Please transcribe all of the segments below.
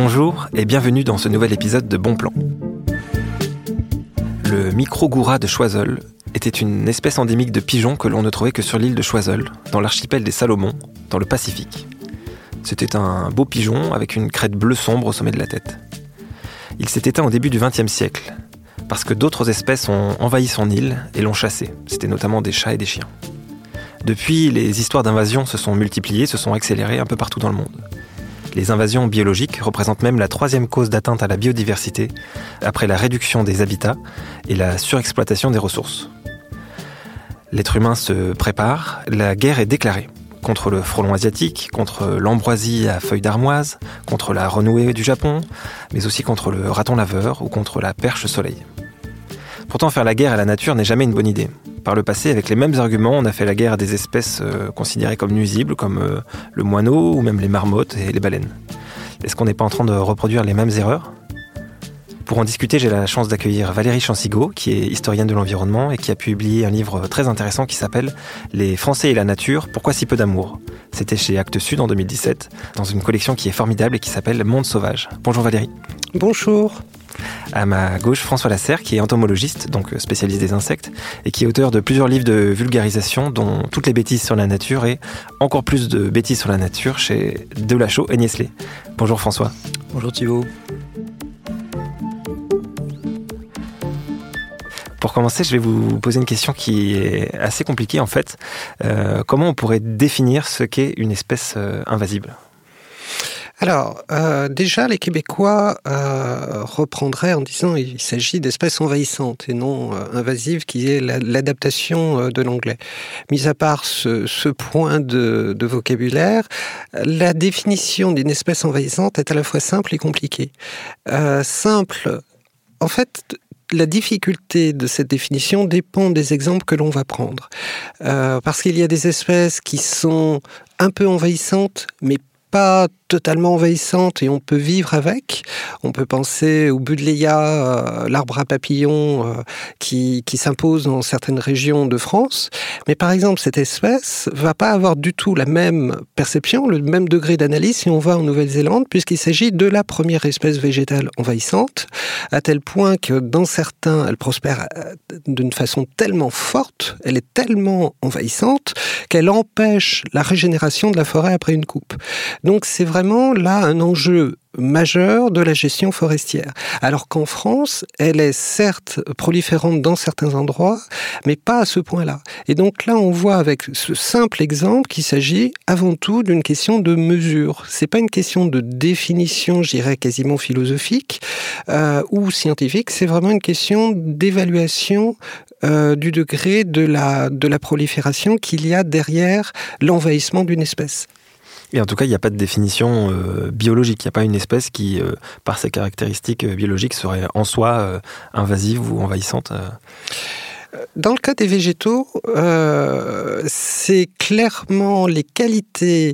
Bonjour et bienvenue dans ce nouvel épisode de Bon Plan. Le microgoura de Choiseul était une espèce endémique de pigeon que l'on ne trouvait que sur l'île de Choiseul, dans l'archipel des Salomon, dans le Pacifique. C'était un beau pigeon avec une crête bleu sombre au sommet de la tête. Il s'est éteint au début du XXe siècle, parce que d'autres espèces ont envahi son île et l'ont chassé. C'était notamment des chats et des chiens. Depuis, les histoires d'invasion se sont multipliées, se sont accélérées un peu partout dans le monde. Les invasions biologiques représentent même la 3e cause d'atteinte à la biodiversité, après la réduction des habitats et la surexploitation des ressources. L'être humain se prépare, la guerre est déclarée. Contre le frelon asiatique, contre l'ambroisie à feuilles d'armoise, contre la renouée du Japon, mais aussi contre le raton laveur ou contre la perche soleil. Pourtant, faire la guerre à la nature n'est jamais une bonne idée. Par le passé, avec les mêmes arguments, on a fait la guerre à des espèces considérées comme nuisibles, comme le moineau ou même les marmottes et les baleines. Est-ce qu'on n'est pas en train de reproduire les mêmes erreurs ? Pour en discuter, j'ai la chance d'accueillir Valérie Chancigot, qui est historienne de l'environnement et qui a publié un livre très intéressant qui s'appelle « Les Français et la nature, pourquoi si peu d'amour ?» C'était chez Actes Sud en 2017, dans une collection qui est formidable et qui s'appelle « Monde sauvage ». Bonjour Valérie. Bonjour. À ma gauche, François Lasserre, qui est entomologiste, donc spécialiste des insectes, et qui est auteur de plusieurs livres de vulgarisation, dont Toutes les bêtises sur la nature et encore plus de bêtises sur la nature chez Delachaux et Niestlé. Bonjour François. Bonjour Thibaut. Pour commencer, je vais vous poser une question qui est assez compliquée en fait. Comment on pourrait définir ce qu'est une espèce invasive ? Alors, déjà, les Québécois reprendraient en disant qu'il s'agit d'espèces envahissantes et non invasives, qui est l'adaptation de l'anglais. Mis à part ce point de vocabulaire, la définition d'une espèce envahissante est à la fois simple et compliquée. Simple, en fait... La difficulté de cette définition dépend des exemples que l'on va prendre. Parce qu'il y a des espèces qui sont un peu envahissantes, mais pas totalement envahissantes et on peut vivre avec. On peut penser au buddleia, l'arbre à papillons qui s'impose dans certaines régions de France. Mais par exemple, cette espèce va pas avoir du tout la même perception, le même degré d'analyse si on va en Nouvelle-Zélande, puisqu'il s'agit de la première espèce végétale envahissante, à tel point que dans certains, elle prospère d'une façon tellement forte, elle est tellement envahissante, qu'elle empêche la régénération de la forêt après une coupe. Donc c'est vraiment là un enjeu majeur de la gestion forestière. Alors qu'en France, elle est certes proliférante dans certains endroits, mais pas à ce point-là. Et donc là, on voit avec ce simple exemple qu'il s'agit avant tout d'une question de mesure. C'est pas une question de définition, je dirais quasiment philosophique ou scientifique. C'est vraiment une question d'évaluation du degré de la prolifération qu'il y a derrière l'envahissement d'une espèce. Et en tout cas, il n'y a pas de définition biologique. Il n'y a pas une espèce qui, par ses caractéristiques biologiques, serait en soi invasive ou envahissante. Dans le cas des végétaux, c'est clairement les qualités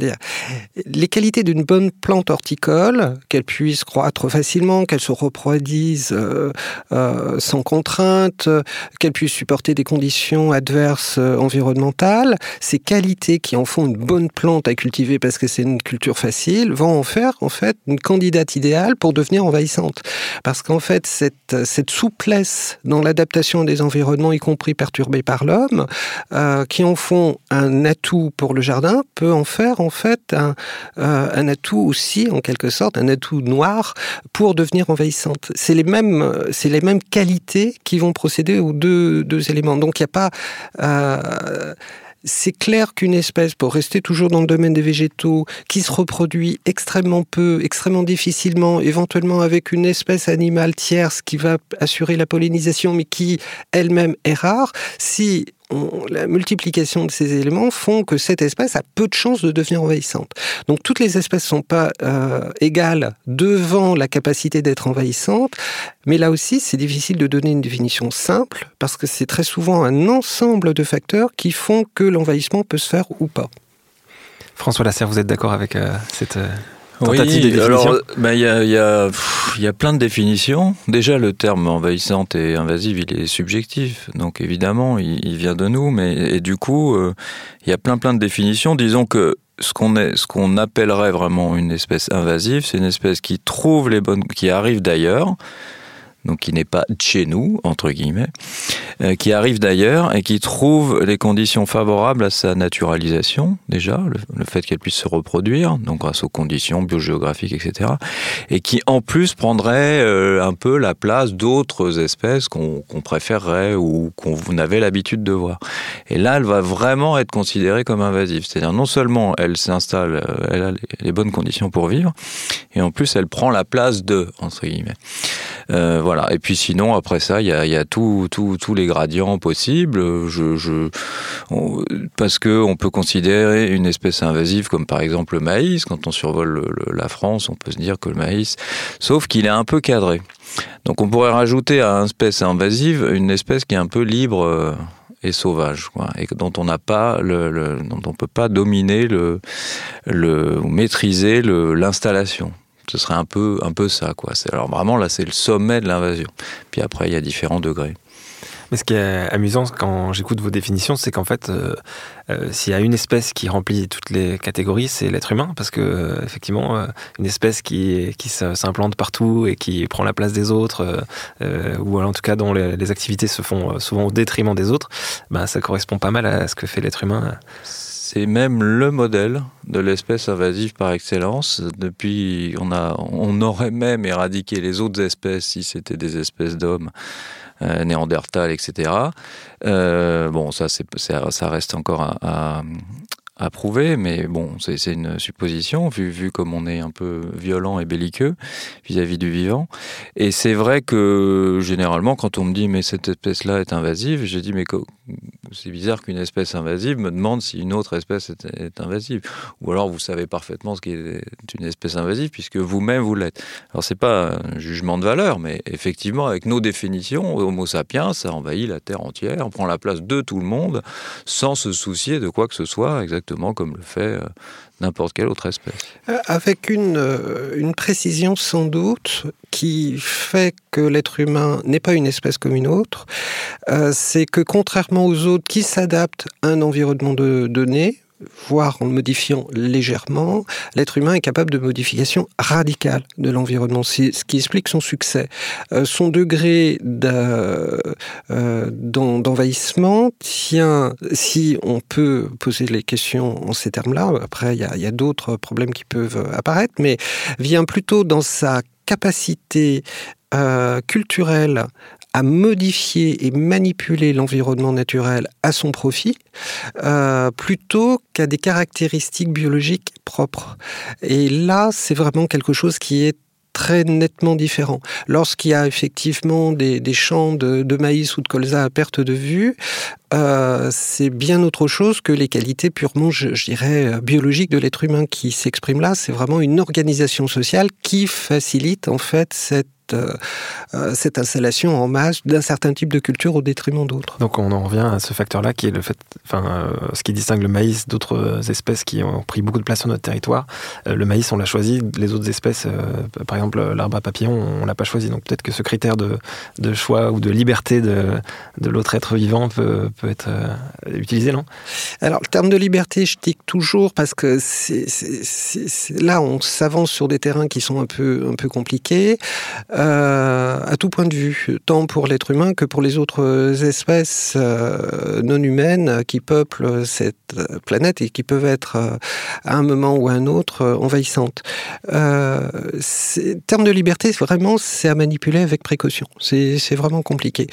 d'une bonne plante horticole, qu'elle puisse croître facilement, qu'elle se reproduise sans contrainte, qu'elle puisse supporter des conditions adverses environnementales. Ces qualités qui en font une bonne plante à cultiver parce que c'est une culture facile, vont en faire en fait une candidate idéale pour devenir envahissante. Parce qu'en fait, cette souplesse dans l'adaptation des environnements, y compris perturbés par l'homme, qui en font un atout pour le jardin, peut en faire en fait un atout aussi, en quelque sorte, un atout noir pour devenir envahissante. C'est les mêmes qualités qui vont procéder aux deux éléments. Donc il n'y a pas... C'est clair qu'une espèce, pour rester toujours dans le domaine des végétaux, qui se reproduit extrêmement peu, extrêmement difficilement, éventuellement avec une espèce animale tierce qui va assurer la pollinisation, mais qui elle-même est rare, si la multiplication de ces éléments font que cette espèce a peu de chances de devenir envahissante. Donc toutes les espèces ne sont pas égales devant la capacité d'être envahissantes, mais là aussi c'est difficile de donner une définition simple, parce que c'est très souvent un ensemble de facteurs qui font que l'envahissement peut se faire ou pas. François Lasserre, vous êtes d'accord avec cette... tentative de définition ? Alors, il y a plein de définitions. Déjà, le terme envahissante et invasive, il est subjectif. Donc, évidemment, il vient de nous. Et du coup, il y a plein de définitions. Disons que ce qu'on appellerait vraiment une espèce invasive, c'est une espèce qui qui arrive d'ailleurs, donc qui n'est pas de chez nous, entre guillemets, qui arrive d'ailleurs et qui trouve les conditions favorables à sa naturalisation, déjà, le fait qu'elle puisse se reproduire, donc grâce aux conditions biogéographiques, etc., et qui en plus prendrait un peu la place d'autres espèces qu'on préférerait ou qu'on avait l'habitude de voir. Et là, elle va vraiment être considérée comme invasive. C'est-à-dire, non seulement elle s'installe, elle a les bonnes conditions pour vivre, et en plus, elle prend la place entre guillemets. Voilà. Et puis sinon, après ça, il y a tous les gradients possibles. Parce que on peut considérer une espèce invasive comme par exemple le maïs. Quand on survole la France, on peut se dire que le maïs, sauf qu'il est un peu cadré. Donc on pourrait rajouter à une espèce invasive une espèce qui est un peu libre et sauvage, quoi, et dont on n'a pas dont on peut pas dominer ou maîtriser l'installation. Ce serait un peu ça, quoi. Alors vraiment, là, c'est le sommet de l'invasion. Puis après, il y a différents degrés. Mais ce qui est amusant quand j'écoute vos définitions, c'est qu'en fait, s'il y a une espèce qui remplit toutes les catégories, c'est l'être humain, parce que effectivement, une espèce qui s'implante partout et qui prend la place des autres, ou en tout cas dont les activités se font souvent au détriment des autres, ben, ça correspond pas mal à ce que fait l'être humain. C'est même le modèle de l'espèce invasive par excellence. Depuis, on aurait même éradiqué les autres espèces si c'était des espèces d'hommes, Néandertal, etc. Bon, ça reste encore à prouver, mais bon, c'est une supposition, vu comme on est un peu violent et belliqueux vis-à-vis du vivant. Et c'est vrai que, généralement, quand on me dit « mais cette espèce-là est invasive », j'ai dit « mais c'est bizarre qu'une espèce invasive me demande si une autre espèce est invasive. » Ou alors, vous savez parfaitement ce qu'est une espèce invasive, puisque vous-même, vous l'êtes. Alors, c'est pas un jugement de valeur, mais effectivement, avec nos définitions, Homo sapiens, ça envahit la Terre entière, on prend la place de tout le monde, sans se soucier de quoi que ce soit, exactement comme le fait n'importe quelle autre espèce. Avec une précision sans doute qui fait que l'être humain n'est pas une espèce comme une autre, c'est que contrairement aux autres qui s'adaptent à un environnement donné, voire en le modifiant légèrement, l'être humain est capable de modification radicale de l'environnement. C'est ce qui explique son succès. Son degré d'envahissement tient, si on peut poser les questions en ces termes-là, après il y a d'autres problèmes qui peuvent apparaître, mais vient plutôt dans sa capacité culturelle à modifier et manipuler l'environnement naturel à son profit, plutôt qu'à des caractéristiques biologiques propres. Et là, c'est vraiment quelque chose qui est très nettement différent. Lorsqu'il y a effectivement des champs de maïs ou de colza à perte de vue, c'est bien autre chose que les qualités purement, je dirais, biologiques de l'être humain qui s'expriment là. C'est vraiment une organisation sociale qui facilite en fait cette installation en masse d'un certain type de culture au détriment d'autres. Donc on en revient à ce facteur-là qui est le fait, ce qui distingue le maïs d'autres espèces qui ont pris beaucoup de place sur notre territoire. Le maïs, on l'a choisi, les autres espèces, par exemple l'arbre à papillons, on l'a pas choisi. Donc peut-être que ce critère de choix ou de liberté de l'autre être vivant peut être utilisé, non ? Alors le terme de liberté, je tique toujours parce que là on s'avance sur des terrains qui sont un peu compliqués. À tout point de vue, tant pour l'être humain que pour les autres espèces non humaines qui peuplent cette planète et qui peuvent être à un moment ou à un autre envahissantes. Terme de liberté, vraiment, c'est à manipuler avec précaution. C'est vraiment compliqué.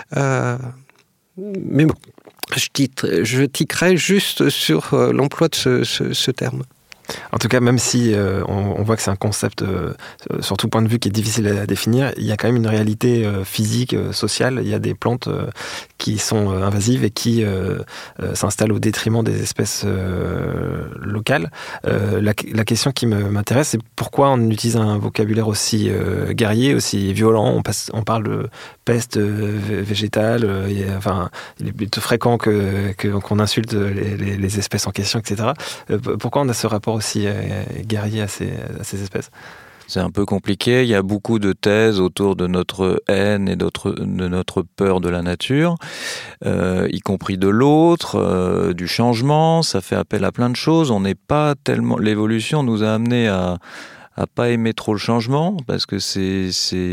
Mais bon, je tiquerai juste sur l'emploi de ce terme. En tout cas, même si on voit que c'est un concept, sur tout point de vue, qui est difficile à définir, il y a quand même une réalité physique, sociale. Il y a des plantes qui sont invasives et qui s'installent au détriment des espèces locales. La question qui m'intéresse, c'est pourquoi on utilise un vocabulaire aussi guerrier, aussi violent. On parle de peste végétale. Il est plutôt fréquent qu'on insulte les espèces en question, etc. Pourquoi on a ce rapport aussi guerrier à ces espèces ? C'est un peu compliqué. Il y a beaucoup de thèses autour de notre haine et de notre peur de la nature, y compris de l'autre, du changement. Ça fait appel à plein de choses. On n'est pas tellement. L'évolution nous a amené à pas aimer trop le changement, parce que c'est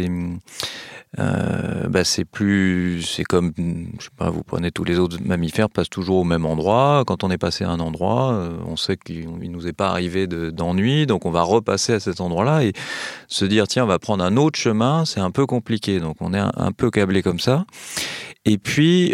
comme, je sais pas, vous prenez tous les autres mammifères, passent toujours au même endroit. Quand on est passé à un endroit, on sait qu'il nous est pas arrivé d'ennui, donc on va repasser à cet endroit-là, et se dire tiens, on va prendre un autre chemin, c'est un peu compliqué. Donc on est un peu câblé comme ça. Et puis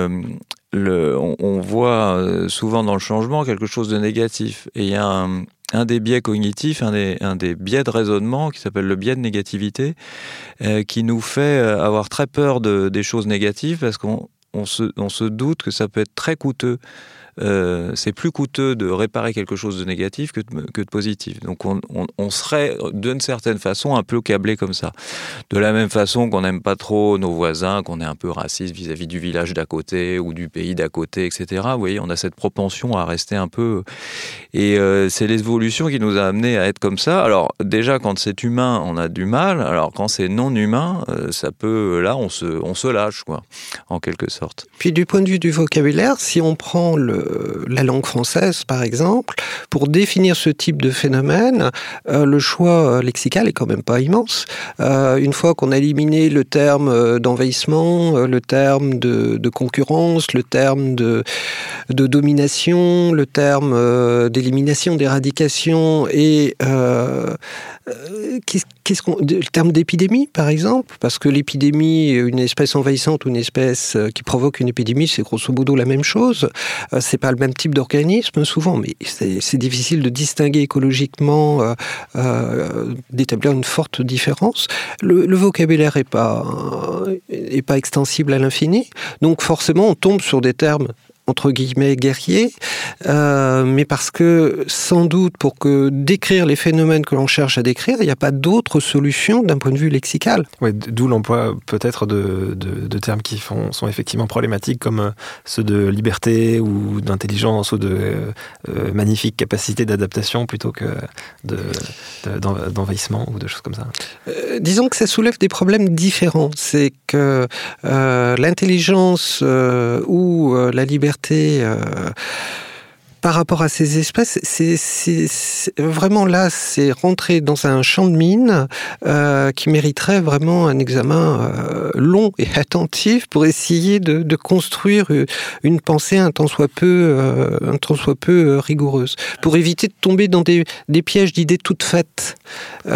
on voit souvent dans le changement quelque chose de négatif, et il y a un des biais cognitifs, un des biais de raisonnement qui s'appelle le biais de négativité, qui nous fait avoir très peur des choses négatives, parce qu'on se doute que ça peut être très coûteux. C'est plus coûteux de réparer quelque chose de négatif que de positif. Donc on serait d'une certaine façon un peu câblé comme ça. De la même façon qu'on n'aime pas trop nos voisins, qu'on est un peu raciste vis-à-vis du village d'à côté ou du pays d'à côté, etc. Vous voyez, on a cette propension à rester un peu... Et c'est l'évolution qui nous a amenés à être comme ça. Alors déjà, quand c'est humain, on a du mal. Alors quand c'est non humain, ça peut... Là, on se lâche, quoi, en quelque sorte. Puis du point de vue du vocabulaire, si on prend la langue française, par exemple, pour définir ce type de phénomène, le choix lexical est quand même pas immense. Une fois qu'on a éliminé le terme d'envahissement, le terme de concurrence, le terme de domination, le terme d'élimination, d'éradication et le terme d'épidémie, par exemple, parce que l'épidémie, une espèce envahissante ou une espèce qui provoque une épidémie, c'est grosso modo la même chose. C'est pas le même type d'organisme souvent, mais c'est difficile de distinguer écologiquement, d'établir une forte différence. Le vocabulaire est pas extensible à l'infini, donc forcément on tombe sur des termes entre guillemets guerriers, mais parce que sans doute pour décrire les phénomènes que l'on cherche à décrire, il n'y a pas d'autre solution d'un point de vue lexical. Ouais, d'où l'emploi peut-être de termes qui sont effectivement problématiques, comme ceux de liberté ou d'intelligence ou de magnifique capacité d'adaptation plutôt que d'envahissement ou de choses comme ça. Disons que ça soulève des problèmes différents. C'est que l'intelligence ou la liberté par rapport à ces espèces, c'est vraiment là, c'est rentrer dans un champ de mine qui mériterait vraiment un examen long et attentif pour essayer de construire une pensée un tant soit peu rigoureuse, pour éviter de tomber dans des pièges d'idées toutes faites. C'est-à-dire ?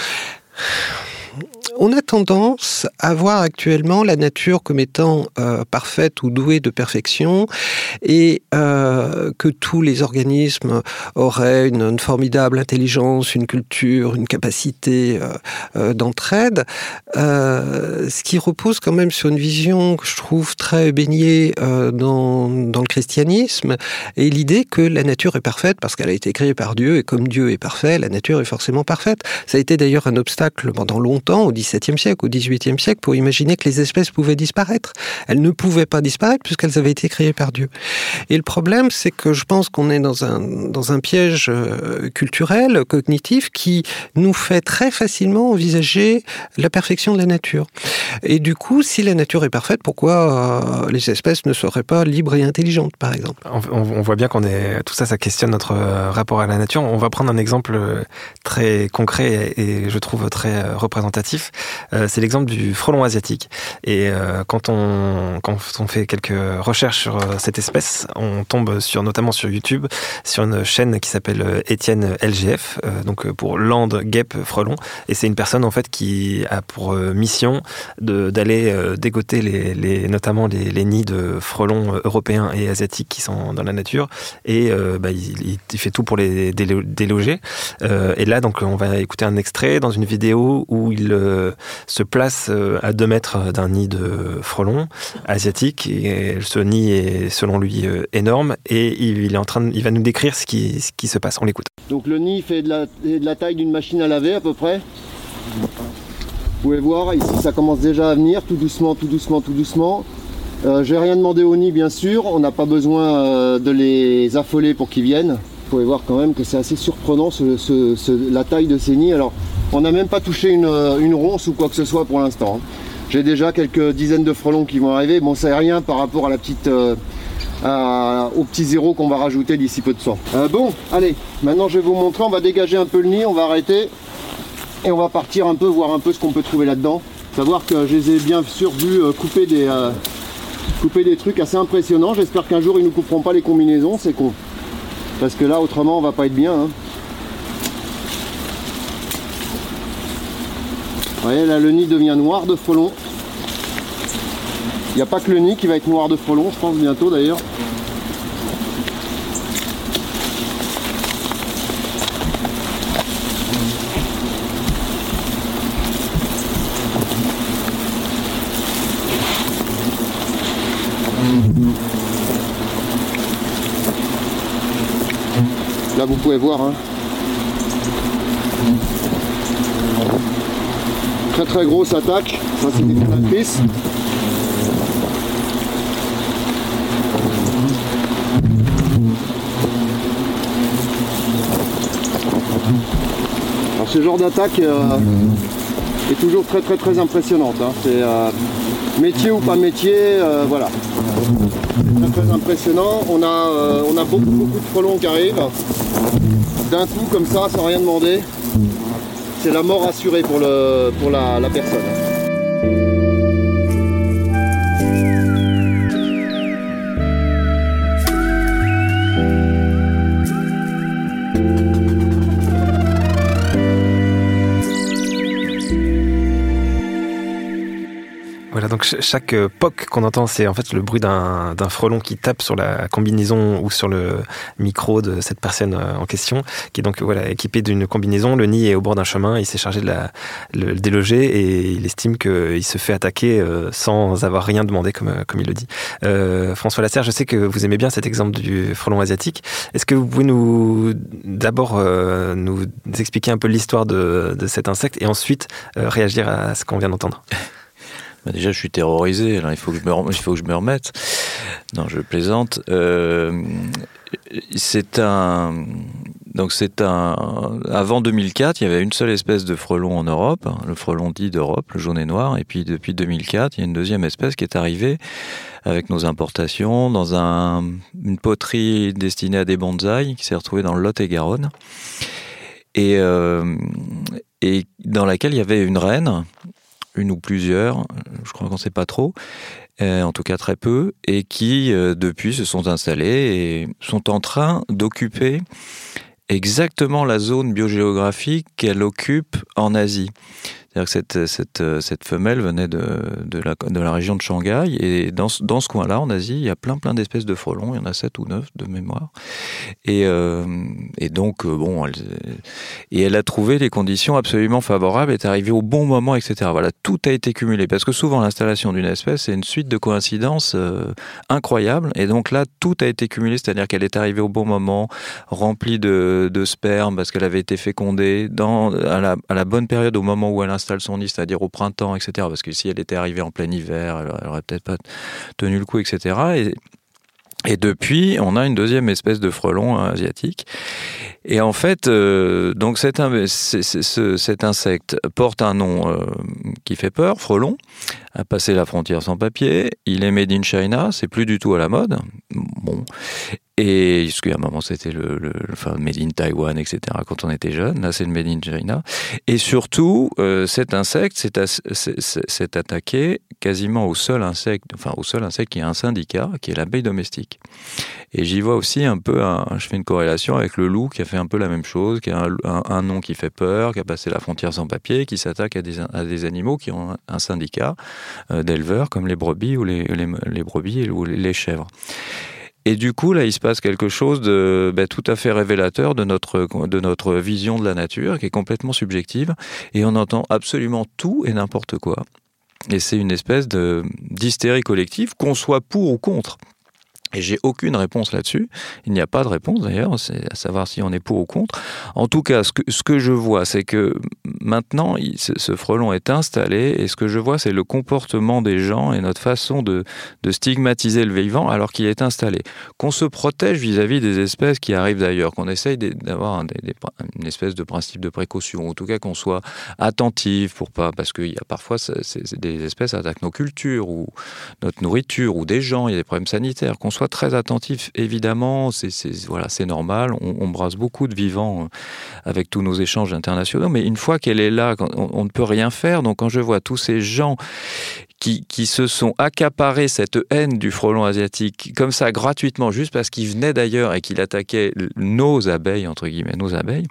On a tendance à voir actuellement la nature comme étant parfaite ou douée de perfection, et que tous les organismes auraient une formidable intelligence, une culture, une capacité d'entraide, ce qui repose quand même sur une vision que je trouve très baignée dans le christianisme, et l'idée que la nature est parfaite parce qu'elle a été créée par Dieu, et comme Dieu est parfait, la nature est forcément parfaite. Ça a été d'ailleurs un obstacle pendant longtemps, au XVIIe siècle, au XVIIIe siècle, pour imaginer que les espèces pouvaient disparaître. Elles ne pouvaient pas disparaître puisqu'elles avaient été créées par Dieu. Et le problème, c'est que je pense qu'on est dans un piège culturel, cognitif, qui nous fait très facilement envisager la perfection de la nature. Et du coup, si la nature est parfaite, pourquoi les espèces ne seraient pas libres et intelligentes, par exemple ? On voit bien tout ça questionne notre rapport à la nature. On va prendre un exemple très concret et je trouve très représentatif. C'est l'exemple du frelon asiatique. Et quand on fait quelques recherches sur cette espèce, on tombe notamment sur YouTube, sur une chaîne qui s'appelle Étienne LGF, donc pour Land Guêpe Frelon. Et c'est une personne en fait qui a pour mission d'aller dégoter notamment les nids de frelons européens et asiatiques qui sont dans la nature. Et il fait tout pour les déloger. Et là, donc, on va écouter un extrait dans une vidéo où il se place à 2 mètres d'un nid de frelons asiatiques. Et ce nid est, selon lui, énorme. Et il va nous décrire ce qui se passe. On l'écoute. Donc le nid fait de la taille d'une machine à laver à peu près. Vous pouvez voir, ici ça commence déjà à venir, tout doucement, tout doucement, tout doucement. J'ai rien demandé au nid bien sûr, on n'a pas besoin de les affoler pour qu'ils viennent. Vous pouvez voir quand même que c'est assez surprenant la taille de ces nids. Alors, on n'a même pas touché une ronce ou quoi que ce soit pour l'instant. J'ai déjà quelques dizaines de frelons qui vont arriver. Bon, c'est rien par rapport à la petite, au petit zéro qu'on va rajouter d'ici peu de temps. Bon, allez, maintenant je vais vous montrer. On va dégager un peu le nid, on va arrêter et on va partir un peu, voir un peu ce qu'on peut trouver là-dedans. Savoir que je les ai bien sûr vu couper des trucs assez impressionnants. J'espère qu'un jour ils ne nous couperont pas les combinaisons, c'est con. Parce que là, autrement, on va pas être bien. Hein. Vous voyez, là, le nid devient noir de frelons. Il n'y a pas que le nid qui va être noir de frelons, je pense, bientôt d'ailleurs. Là, vous pouvez voir, hein. Très très grosse attaque, ça c'est des canapés. Alors ce genre d'attaque est toujours très très très impressionnante, hein. C'est métier ou pas métier, voilà. Très très impressionnant. On a beaucoup de frelons qui arrivent d'un coup comme ça sans rien demander. C'est la mort assurée pour la personne. Voilà, donc chaque POC qu'on entend, c'est en fait le bruit d'un frelon qui tape sur la combinaison ou sur le micro de cette personne en question, qui est donc voilà équipée d'une combinaison. Le nid est au bord d'un chemin, il s'est chargé de le déloger et il estime qu'il se fait attaquer sans avoir rien demandé, comme il le dit. François Lasserre, je sais que vous aimez bien cet exemple du frelon asiatique. Est-ce que vous pouvez d'abord nous expliquer un peu l'histoire de cet insecte et ensuite réagir à ce qu'on vient d'entendre? Déjà, je suis terrorisé. Alors, il faut que je me remette. Non, je plaisante. Avant 2004, il y avait une seule espèce de frelon en Europe, le frelon dit d'Europe, le jaune et noir. Et puis, depuis 2004, il y a une deuxième espèce qui est arrivée avec nos importations dans une poterie destinée à des bonsaïs qui s'est retrouvée dans le Lot-et-Garonne. Et dans laquelle il y avait une reine, une ou plusieurs, je crois qu'on ne sait pas trop, en tout cas très peu, et qui depuis se sont installés et sont en train d'occuper exactement la zone biogéographique qu'elle occupe en Asie. C'est-à-dire que cette femelle venait de la région de Shanghai, et dans ce coin-là, en Asie, il y a plein d'espèces de frelons, il y en a 7 ou 9 de mémoire. Et donc, elle a trouvé les conditions absolument favorables, est arrivée au bon moment, etc. Voilà, tout a été cumulé, parce que souvent l'installation d'une espèce, c'est une suite de coïncidences incroyables, et donc là, tout a été cumulé, c'est-à-dire qu'elle est arrivée au bon moment, remplie de sperme, parce qu'elle avait été fécondée, à la bonne période, au moment où elle installe son nid, c'est-à-dire au printemps, etc. Parce que si elle était arrivée en plein hiver, elle aurait peut-être pas tenu le coup, etc. Et depuis, on a une deuxième espèce de frelon asiatique. Et en fait, donc cet insecte porte un nom qui fait peur, frelon, a passé la frontière sans papier, il est made in China, c'est plus du tout à la mode. Bon. Et parce qu'à un moment c'était enfin made in Taïwan, etc. Quand on était jeune, là c'est le made in China. Et surtout, cet insecte s'est attaqué quasiment au seul insecte qui a un syndicat, qui est l'abeille domestique. Et j'y vois aussi un peu, je fais une corrélation avec le loup qui a fait un peu la même chose, qui a un nom qui fait peur, qui a passé la frontière sans papier, qui s'attaque à des animaux qui ont un syndicat d'éleveurs comme les brebis ou les brebis ou les chèvres. Et du coup, là, il se passe quelque chose de tout à fait révélateur de notre vision de la nature, qui est complètement subjective, et on entend absolument tout et n'importe quoi. Et c'est une espèce d'hystérie collective, qu'on soit pour ou contre. Et j'ai aucune réponse là-dessus. Il n'y a pas de réponse d'ailleurs, c'est à savoir si on est pour ou contre. En tout cas, ce que je vois, c'est que maintenant, ce frelon est installé, et ce que je vois, c'est le comportement des gens et notre façon de stigmatiser le vivant alors qu'il est installé. Qu'on se protège vis-à-vis des espèces qui arrivent d'ailleurs, qu'on essaye d'avoir une espèce de principe de précaution, en tout cas qu'on soit attentif pour pas, parce qu'il y a parfois des espèces attaquent nos cultures ou notre nourriture ou des gens, il y a des problèmes sanitaires, qu'on soit très attentif, évidemment, c'est normal, on brasse beaucoup de vivants avec tous nos échanges internationaux, mais une fois qu'elle est là, on ne peut rien faire. Donc quand je vois tous ces gens qui se sont accaparés cette haine du frelon asiatique comme ça gratuitement, juste parce qu'il venait d'ailleurs et qu'il attaquait nos abeilles, entre guillemets, nos abeilles,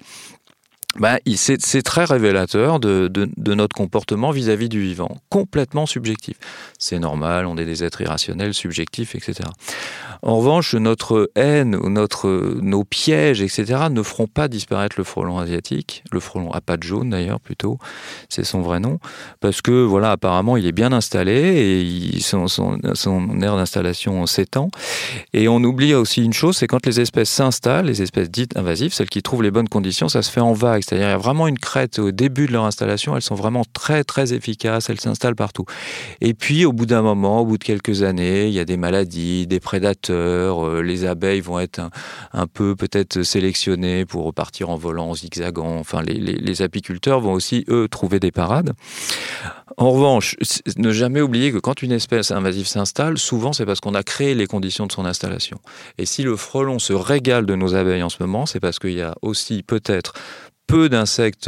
c'est très révélateur de notre comportement vis-à-vis du vivant, complètement subjectif. C'est normal, on est des êtres irrationnels, subjectifs, etc. En revanche, notre haine, nos pièges, etc., ne feront pas disparaître le frelon asiatique, le frelon à pattes jaunes d'ailleurs plutôt, c'est son vrai nom, parce que voilà, apparemment il est bien installé et son aire d'installation s'étend. Et on oublie aussi une chose, c'est quand les espèces s'installent, les espèces dites invasives, celles qui trouvent les bonnes conditions, ça se fait en vague. C'est-à-dire, il y a vraiment une crête au début de leur installation, elles sont vraiment très, très efficaces, elles s'installent partout. Et puis, au bout d'un moment, au bout de quelques années, il y a des maladies, des prédateurs, les abeilles vont être un peu peut-être sélectionnées pour repartir en volant, en zigzagant. Enfin, les apiculteurs vont aussi, eux, trouver des parades. En revanche, ne jamais oublier que quand une espèce invasive s'installe, souvent c'est parce qu'on a créé les conditions de son installation. Et si le frelon se régale de nos abeilles en ce moment, c'est parce qu'il y a aussi peut-être peu d'insectes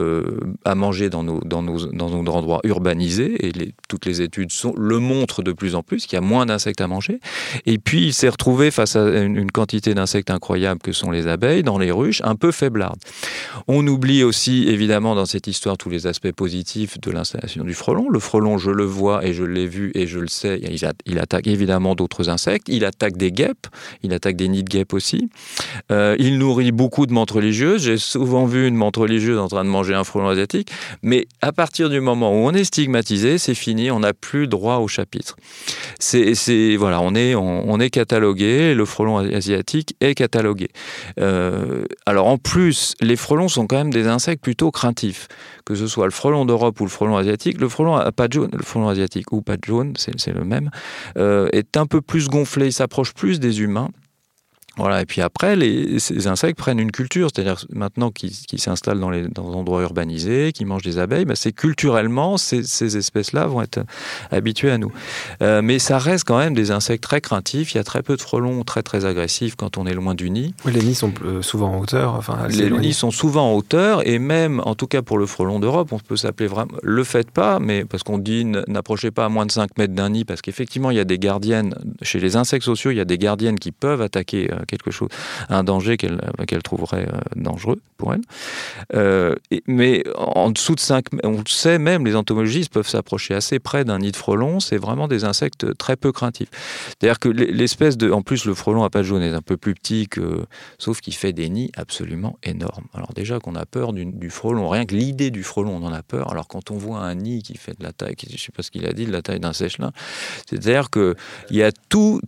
à manger dans nos endroits urbanisés, et toutes les études le montrent de plus en plus, qu'il y a moins d'insectes à manger. Et puis il s'est retrouvé face à une quantité d'insectes incroyables que sont les abeilles, dans les ruches, un peu faiblardes. On oublie aussi, évidemment, dans cette histoire, tous les aspects positifs de l'installation du frelon. Le frelon, je le vois et je l'ai vu et je le sais, il attaque évidemment d'autres insectes, il attaque des guêpes, il attaque des nids de guêpes aussi. Il nourrit beaucoup de menthes religieuses. J'ai souvent vu une menthe religieuse en train de manger un frelon asiatique, mais à partir du moment où on est stigmatisé, c'est fini, on n'a plus droit au chapitre. Voilà, on est catalogué, le frelon asiatique est catalogué. Alors en plus, les frelons sont quand même des insectes plutôt craintifs, que ce soit le frelon d'Europe ou le frelon asiatique. Le frelon à pattes jaunes, le frelon asiatique ou pattes jaunes, c'est le même, est un peu plus gonflé, il s'approche plus des humains. Voilà, et puis après, ces insectes prennent une culture, c'est-à-dire maintenant qu'ils s'installent dans des endroits urbanisés, qu'ils mangent des abeilles, c'est culturellement, ces espèces-là vont être habituées à nous. Mais ça reste quand même des insectes très craintifs, il y a très peu de frelons très très agressifs quand on est loin du nid. Oui, les nids sont souvent en hauteur. Les nids sont souvent en hauteur, et même, en tout cas pour le frelon d'Europe, on peut s'appeler vraiment, le faites pas, mais parce qu'on dit n'approchez pas à moins de 5 mètres d'un nid, parce qu'effectivement il y a des gardiennes, chez les insectes sociaux, il y a des gardiennes qui peuvent attaquer quelque chose, un danger qu'elle trouverait dangereux pour elle. Mais en dessous de 5 mètres, on le sait même, les entomologistes peuvent s'approcher assez près d'un nid de frelon, c'est vraiment des insectes très peu craintifs. C'est-à-dire que l'espèce en plus le frelon à pattes jaunes est un peu plus petit sauf qu'il fait des nids absolument énormes. Alors déjà qu'on a peur du frelon, rien que l'idée du frelon, on en a peur, alors quand on voit un nid qui fait de la taille, je ne sais pas ce qu'il a dit, de la taille d'un sèche-lin, c'est-à-dire qu'il y a toute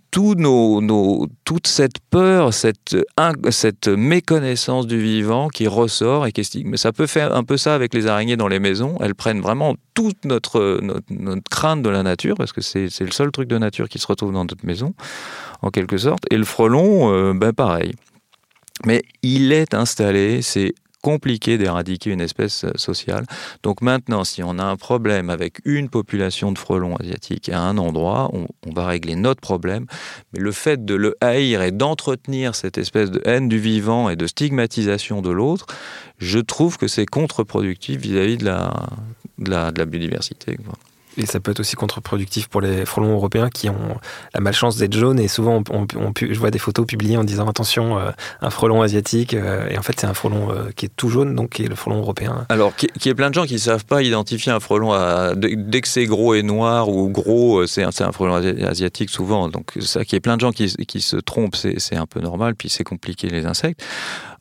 cette peur, cette méconnaissance du vivant qui ressort et qui est... Mais ça peut faire un peu ça avec les araignées dans les maisons. Elles prennent vraiment toute notre crainte de la nature, parce que c'est le seul truc de nature qui se retrouve dans notre maison, en quelque sorte. Et le frelon, pareil. Mais il est installé, c'est compliqué d'éradiquer une espèce sociale. Donc maintenant, si on a un problème avec une population de frelons asiatiques à un endroit, on va régler notre problème. Mais le fait de le haïr et d'entretenir cette espèce de haine du vivant et de stigmatisation de l'autre, je trouve que c'est contre-productif vis-à-vis de la biodiversité, quoi. Et ça peut être aussi contre-productif pour les frelons européens qui ont la malchance d'être jaunes, et souvent je vois des photos publiées en disant attention, un frelon asiatique, et en fait c'est un frelon qui est tout jaune, donc qui est le frelon européen. Alors qu'il y a plein de gens qui ne savent pas identifier un frelon dès que c'est gros et noir ou gros, c'est un frelon asiatique souvent, donc ça, qu'il y ait plein de gens qui se trompent, c'est un peu normal, puis c'est compliqué les insectes.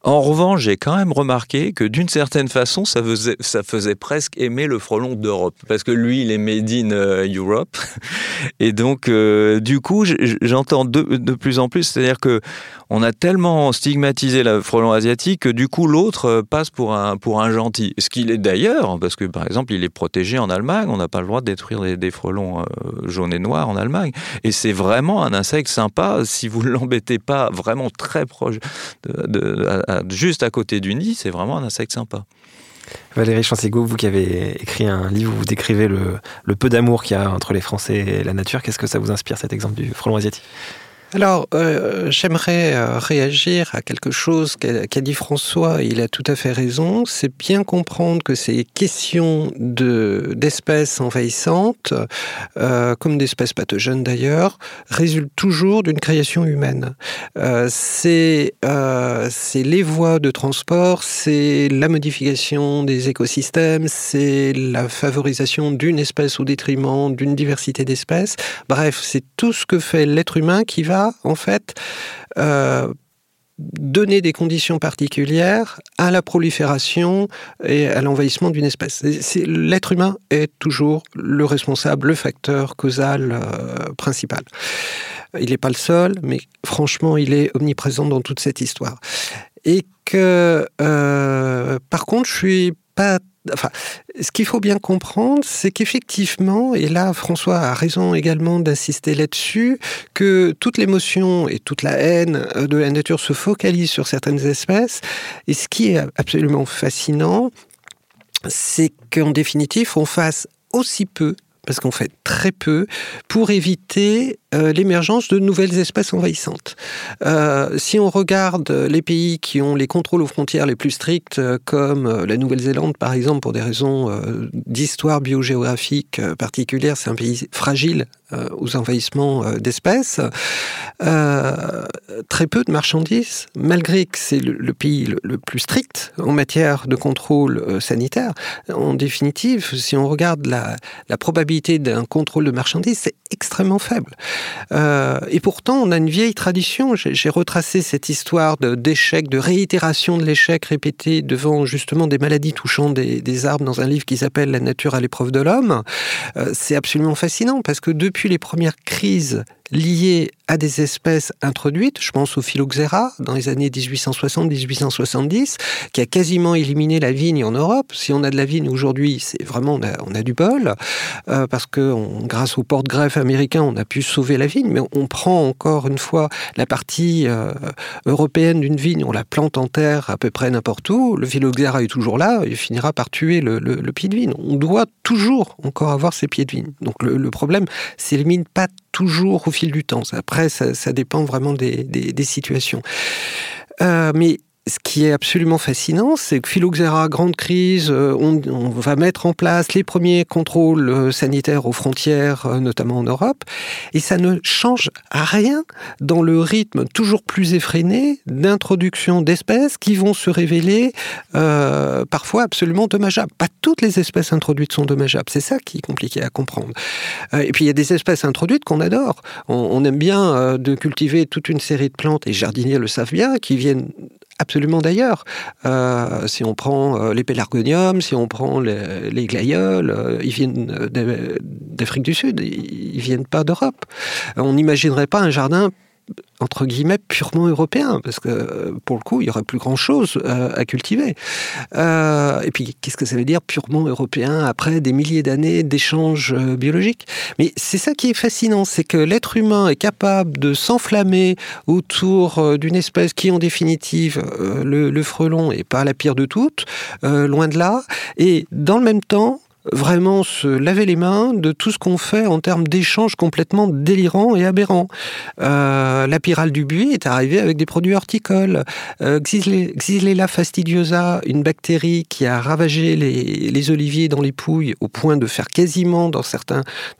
En revanche, j'ai quand même remarqué que d'une certaine façon, ça faisait presque aimer le frelon d'Europe. Parce que lui, il est made in Europe. Et donc, du coup, j'entends de plus en plus, c'est-à-dire que on a tellement stigmatisé le frelon asiatique que du coup, l'autre passe pour un gentil. Ce qu'il est d'ailleurs, parce que par exemple, il est protégé en Allemagne. On n'a pas le droit de détruire des frelons jaunes et noirs en Allemagne. Et c'est vraiment un insecte sympa si vous ne l'embêtez pas vraiment très proche juste à côté du nid, c'est vraiment un insecte sympa. Valérie Chancigou, vous qui avez écrit un livre où vous décrivez le peu d'amour qu'il y a entre les Français et la nature, qu'est-ce que ça vous inspire, cet exemple du frelon asiatique ? Alors, j'aimerais réagir à quelque chose qu'a dit François. Il a tout à fait raison. C'est bien comprendre que ces questions d'espèces envahissantes, comme d'espèces pathogènes d'ailleurs, résultent toujours d'une création humaine. C'est les voies de transport, c'est la modification des écosystèmes, c'est la favorisation d'une espèce au détriment d'une diversité d'espèces. Bref, c'est tout ce que fait l'être humain qui va en fait donner des conditions particulières à la prolifération et à l'envahissement d'une espèce. L'être humain est toujours le responsable, le facteur causal principal. Il n'est pas le seul, mais franchement, il est omniprésent dans toute cette histoire. Et que, par contre, je suis pas... Enfin, ce qu'il faut bien comprendre, c'est qu'effectivement, et là François a raison également d'insister là-dessus, que toute l'émotion et toute la haine de la nature se focalisent sur certaines espèces. Et ce qui est absolument fascinant, c'est qu'en définitive, on fasse aussi peu, parce qu'on fait très peu, pour éviter l'émergence de nouvelles espèces envahissantes. Si on regarde les pays qui ont les contrôles aux frontières les plus stricts, comme la Nouvelle-Zélande par exemple, pour des raisons d'histoire biogéographique particulière, c'est un pays fragile aux envahissements d'espèces, très peu de marchandises, malgré que c'est le pays le plus strict en matière de contrôle sanitaire. En définitive, si on regarde la probabilité d'un contrôle de marchandises, c'est extrêmement faible. Et pourtant, on a une vieille tradition. J'ai retracé cette histoire d'échec, de réitération de l'échec répété devant justement des maladies touchant des arbres dans un livre qui s'appelle « La nature à l'épreuve de l'homme ». C'est absolument fascinant parce que depuis les premières crises liées à des espèces introduites, je pense au phylloxéra dans les années 1860-1870, qui a quasiment éliminé la vigne en Europe. Si on a de la vigne aujourd'hui, c'est vraiment, on a du bol, parce que grâce au porte-greffe américain, on a pu sauver la vigne, mais on prend encore une fois la partie européenne d'une vigne, on la plante en terre à peu près n'importe où, le phylloxéra est toujours là, il finira par tuer le pied de vigne. On doit toujours encore avoir ces pieds de vigne. Donc le problème s'élimine pas toujours au fil du temps. Après, ça dépend vraiment des situations. Mais ce qui est absolument fascinant, c'est que phylloxéra, grande crise, on va mettre en place les premiers contrôles sanitaires aux frontières, notamment en Europe, et ça ne change rien dans le rythme toujours plus effréné d'introduction d'espèces qui vont se révéler parfois absolument dommageables. Pas toutes les espèces introduites sont dommageables, c'est ça qui est compliqué à comprendre. Et puis il y a des espèces introduites qu'on adore. On aime bien de cultiver toute une série de plantes, et les jardiniers le savent bien, qui viennent absolument d'ailleurs. Si on prend les pélargoniums, si on prend les glaïeuls, ils viennent d'Afrique du Sud, ils viennent pas d'Europe. On n'imaginerait pas un jardin entre guillemets purement européen, parce que pour le coup, il y aurait plus grand-chose à cultiver. Et puis, qu'est-ce que ça veut dire purement européen après des milliers d'années d'échanges biologiques ? Mais c'est ça qui est fascinant, c'est que l'être humain est capable de s'enflammer autour d'une espèce qui, en définitive, le frelon est pas la pire de toutes, loin de là, et dans le même temps, vraiment se laver les mains de tout ce qu'on fait en termes d'échanges complètement délirants et aberrants. La pyrale du buis est arrivée avec des produits horticoles. Xylella fastidiosa, une bactérie qui a ravagé les oliviers dans les Pouilles au point de faire quasiment dans certaines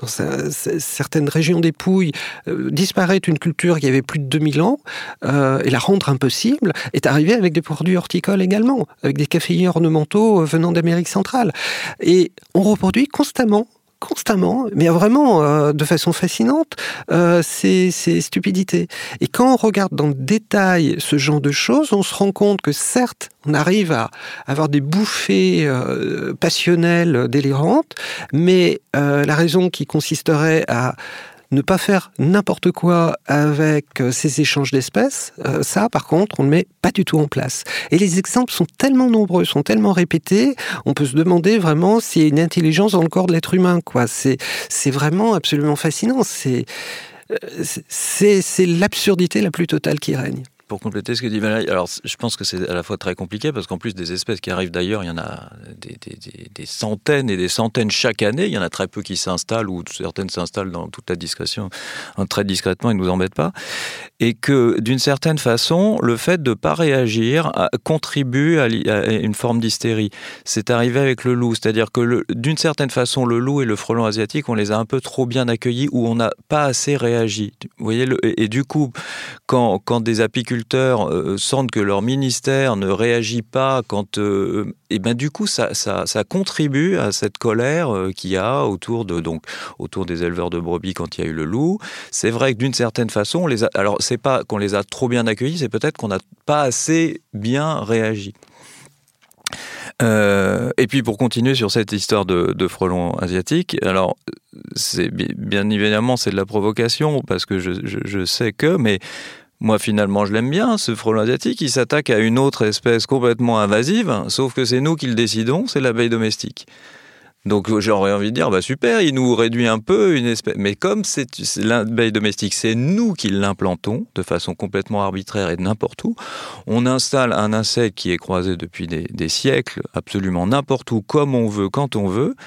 régions des Pouilles disparaître une culture qui avait plus de 2000 ans et la rendre impossible, est arrivée avec des produits horticoles également, avec des caféiers ornementaux venant d'Amérique centrale. Et on reproduit constamment constamment, mais vraiment de façon fascinante, ces stupidités. Et quand on regarde dans le détail ce genre de choses, on se rend compte que certes, on arrive à avoir des bouffées passionnelles délirantes, mais la raison qui consisterait à ne pas faire n'importe quoi avec ces échanges d'espèces, ça, par contre, on ne le met pas du tout en place. Et les exemples sont tellement nombreux, sont tellement répétés, on peut se demander vraiment s'il y a une intelligence dans le corps de l'être humain, quoi. C'est vraiment absolument fascinant. C'est l'absurdité la plus totale qui règne. Pour compléter ce que dit Valérie, alors je pense que c'est à la fois très compliqué parce qu'en plus des espèces qui arrivent d'ailleurs, il y en a des centaines et des centaines chaque année. Il y en a très peu qui s'installent ou certaines s'installent dans toute la discrétion, très discrètement, ils ne nous embêtent pas. Et que d'une certaine façon, le fait de ne pas réagir contribue à une forme d'hystérie. C'est arrivé avec le loup, c'est-à-dire que d'une certaine façon, le loup et le frelon asiatique, on les a un peu trop bien accueillis ou on n'a pas assez réagi. Vous voyez, et du coup, quand des apiculteurs sentent que leur ministère ne réagit pas, et ben du coup ça contribue à cette colère qu'il y a autour des éleveurs de brebis quand il y a eu le loup. C'est vrai que d'une certaine façon, alors c'est pas qu'on les a trop bien accueillis, c'est peut-être qu'on n'a pas assez bien réagi. Et puis pour continuer sur cette histoire de frelons asiatiques, alors c'est bien évidemment c'est de la provocation parce que je sais que, mais moi, finalement, je l'aime bien, ce frelon asiatique. Il s'attaque à une autre espèce complètement invasive, sauf que c'est nous qui le décidons, c'est l'abeille domestique. Donc, j'aurais envie de dire, super, il nous réduit un peu une espèce. Mais comme c'est l'abeille domestique, c'est nous qui l'implantons de façon complètement arbitraire et de n'importe où. On installe un insecte qui est croisé depuis des siècles, absolument n'importe où, comme on veut, quand on veut.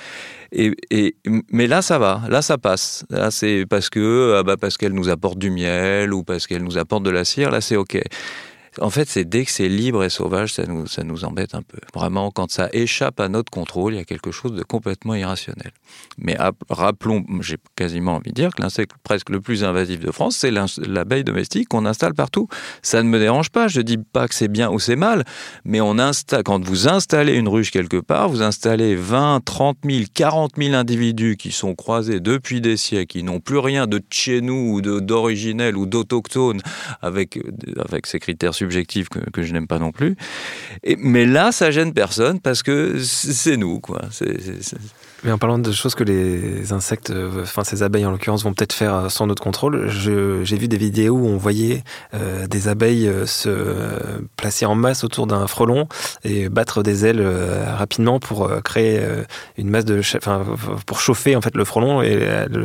Mais là, ça va, là, ça passe. Là, c'est parce qu'elle nous apporte du miel ou parce qu'elle nous apporte de la cire, là, c'est OK. En fait, c'est dès que c'est libre et sauvage, ça nous embête un peu. Vraiment, quand ça échappe à notre contrôle, il y a quelque chose de complètement irrationnel. Mais rappelons, j'ai quasiment envie de dire que l'insecte presque le plus invasif de France, c'est l'abeille domestique qu'on installe partout. Ça ne me dérange pas, je ne dis pas que c'est bien ou c'est mal, mais quand vous installez une ruche quelque part, vous installez 20, 30 000, 40 000 individus qui sont croisés depuis des siècles, qui n'ont plus rien de chez nous ou d'originel ou d'autochtone avec ces critères subjectif que je n'aime pas non plus. Mais là, ça gêne personne parce que c'est nous, quoi. Mais en parlant de choses que les insectes, ces abeilles en l'occurrence, vont peut-être faire sans notre contrôle, j'ai vu des vidéos où on voyait des abeilles se placer en masse autour d'un frelon et battre des ailes rapidement pour créer une masse pour chauffer en fait le frelon et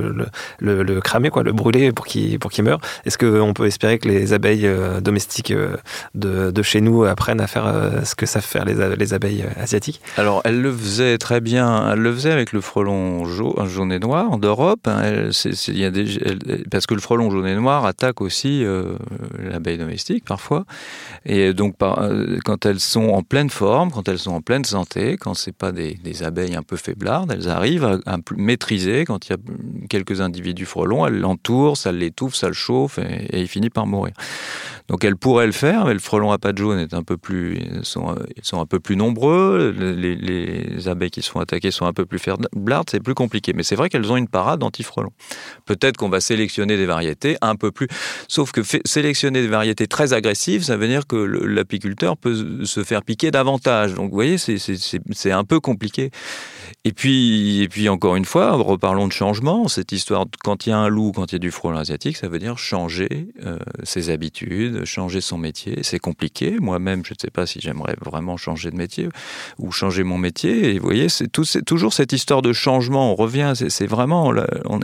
le cramer, quoi, le brûler pour qu'il meure. Est-ce qu'on peut espérer que les abeilles domestiques de chez nous apprennent à faire ce que savent faire les abeilles asiatiques? Alors, elles le faisaient très bien. Elles le faisaient avec le frelon jaune et noir d'Europe. Parce que le frelon jaune et noir attaque aussi l'abeille domestique parfois. Et donc, quand elles sont en pleine forme, quand elles sont en pleine santé, quand c'est pas des abeilles un peu faiblardes, elles arrivent à maîtriser. Quand il y a quelques individus frelons, elles l'entourent, ça l'étouffe, ça le chauffe et il finit par mourir. Donc elles pourraient le faire, mais le frelon à pattes jaunes est ils sont un peu plus nombreux, les abeilles qui se font attaquer sont un peu plus faiblardes, c'est plus compliqué. Mais c'est vrai qu'elles ont une parade anti-frelons. Peut-être qu'on va sélectionner des variétés un peu plus... Sauf que sélectionner des variétés très agressives, ça veut dire que l'apiculteur peut se faire piquer davantage. Donc vous voyez, c'est un peu compliqué. Et puis encore une fois, reparlons de changement. Cette histoire, quand il y a un loup, quand il y a du frelon asiatique, ça veut dire changer ses habitudes, changer son métier. C'est compliqué. Moi-même, je ne sais pas si j'aimerais vraiment changer de métier ou changer mon métier. Et vous voyez, c'est toujours cette histoire de changement. On revient, c'est vraiment,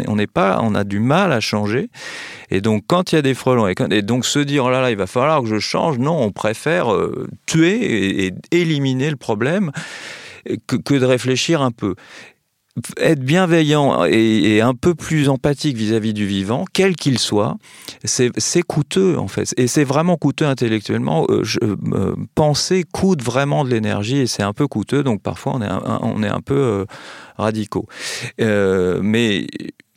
on a du mal à changer. Et donc, quand il y a des frelons, et donc se dire, oh là, il va falloir que je change, non, on préfère tuer et éliminer le problème que de réfléchir un peu. Être bienveillant et un peu plus empathique vis-à-vis du vivant, quel qu'il soit, c'est coûteux en fait. Et c'est vraiment coûteux intellectuellement. Penser coûte vraiment de l'énergie et c'est un peu coûteux, donc parfois on est un peu radicaux. Mais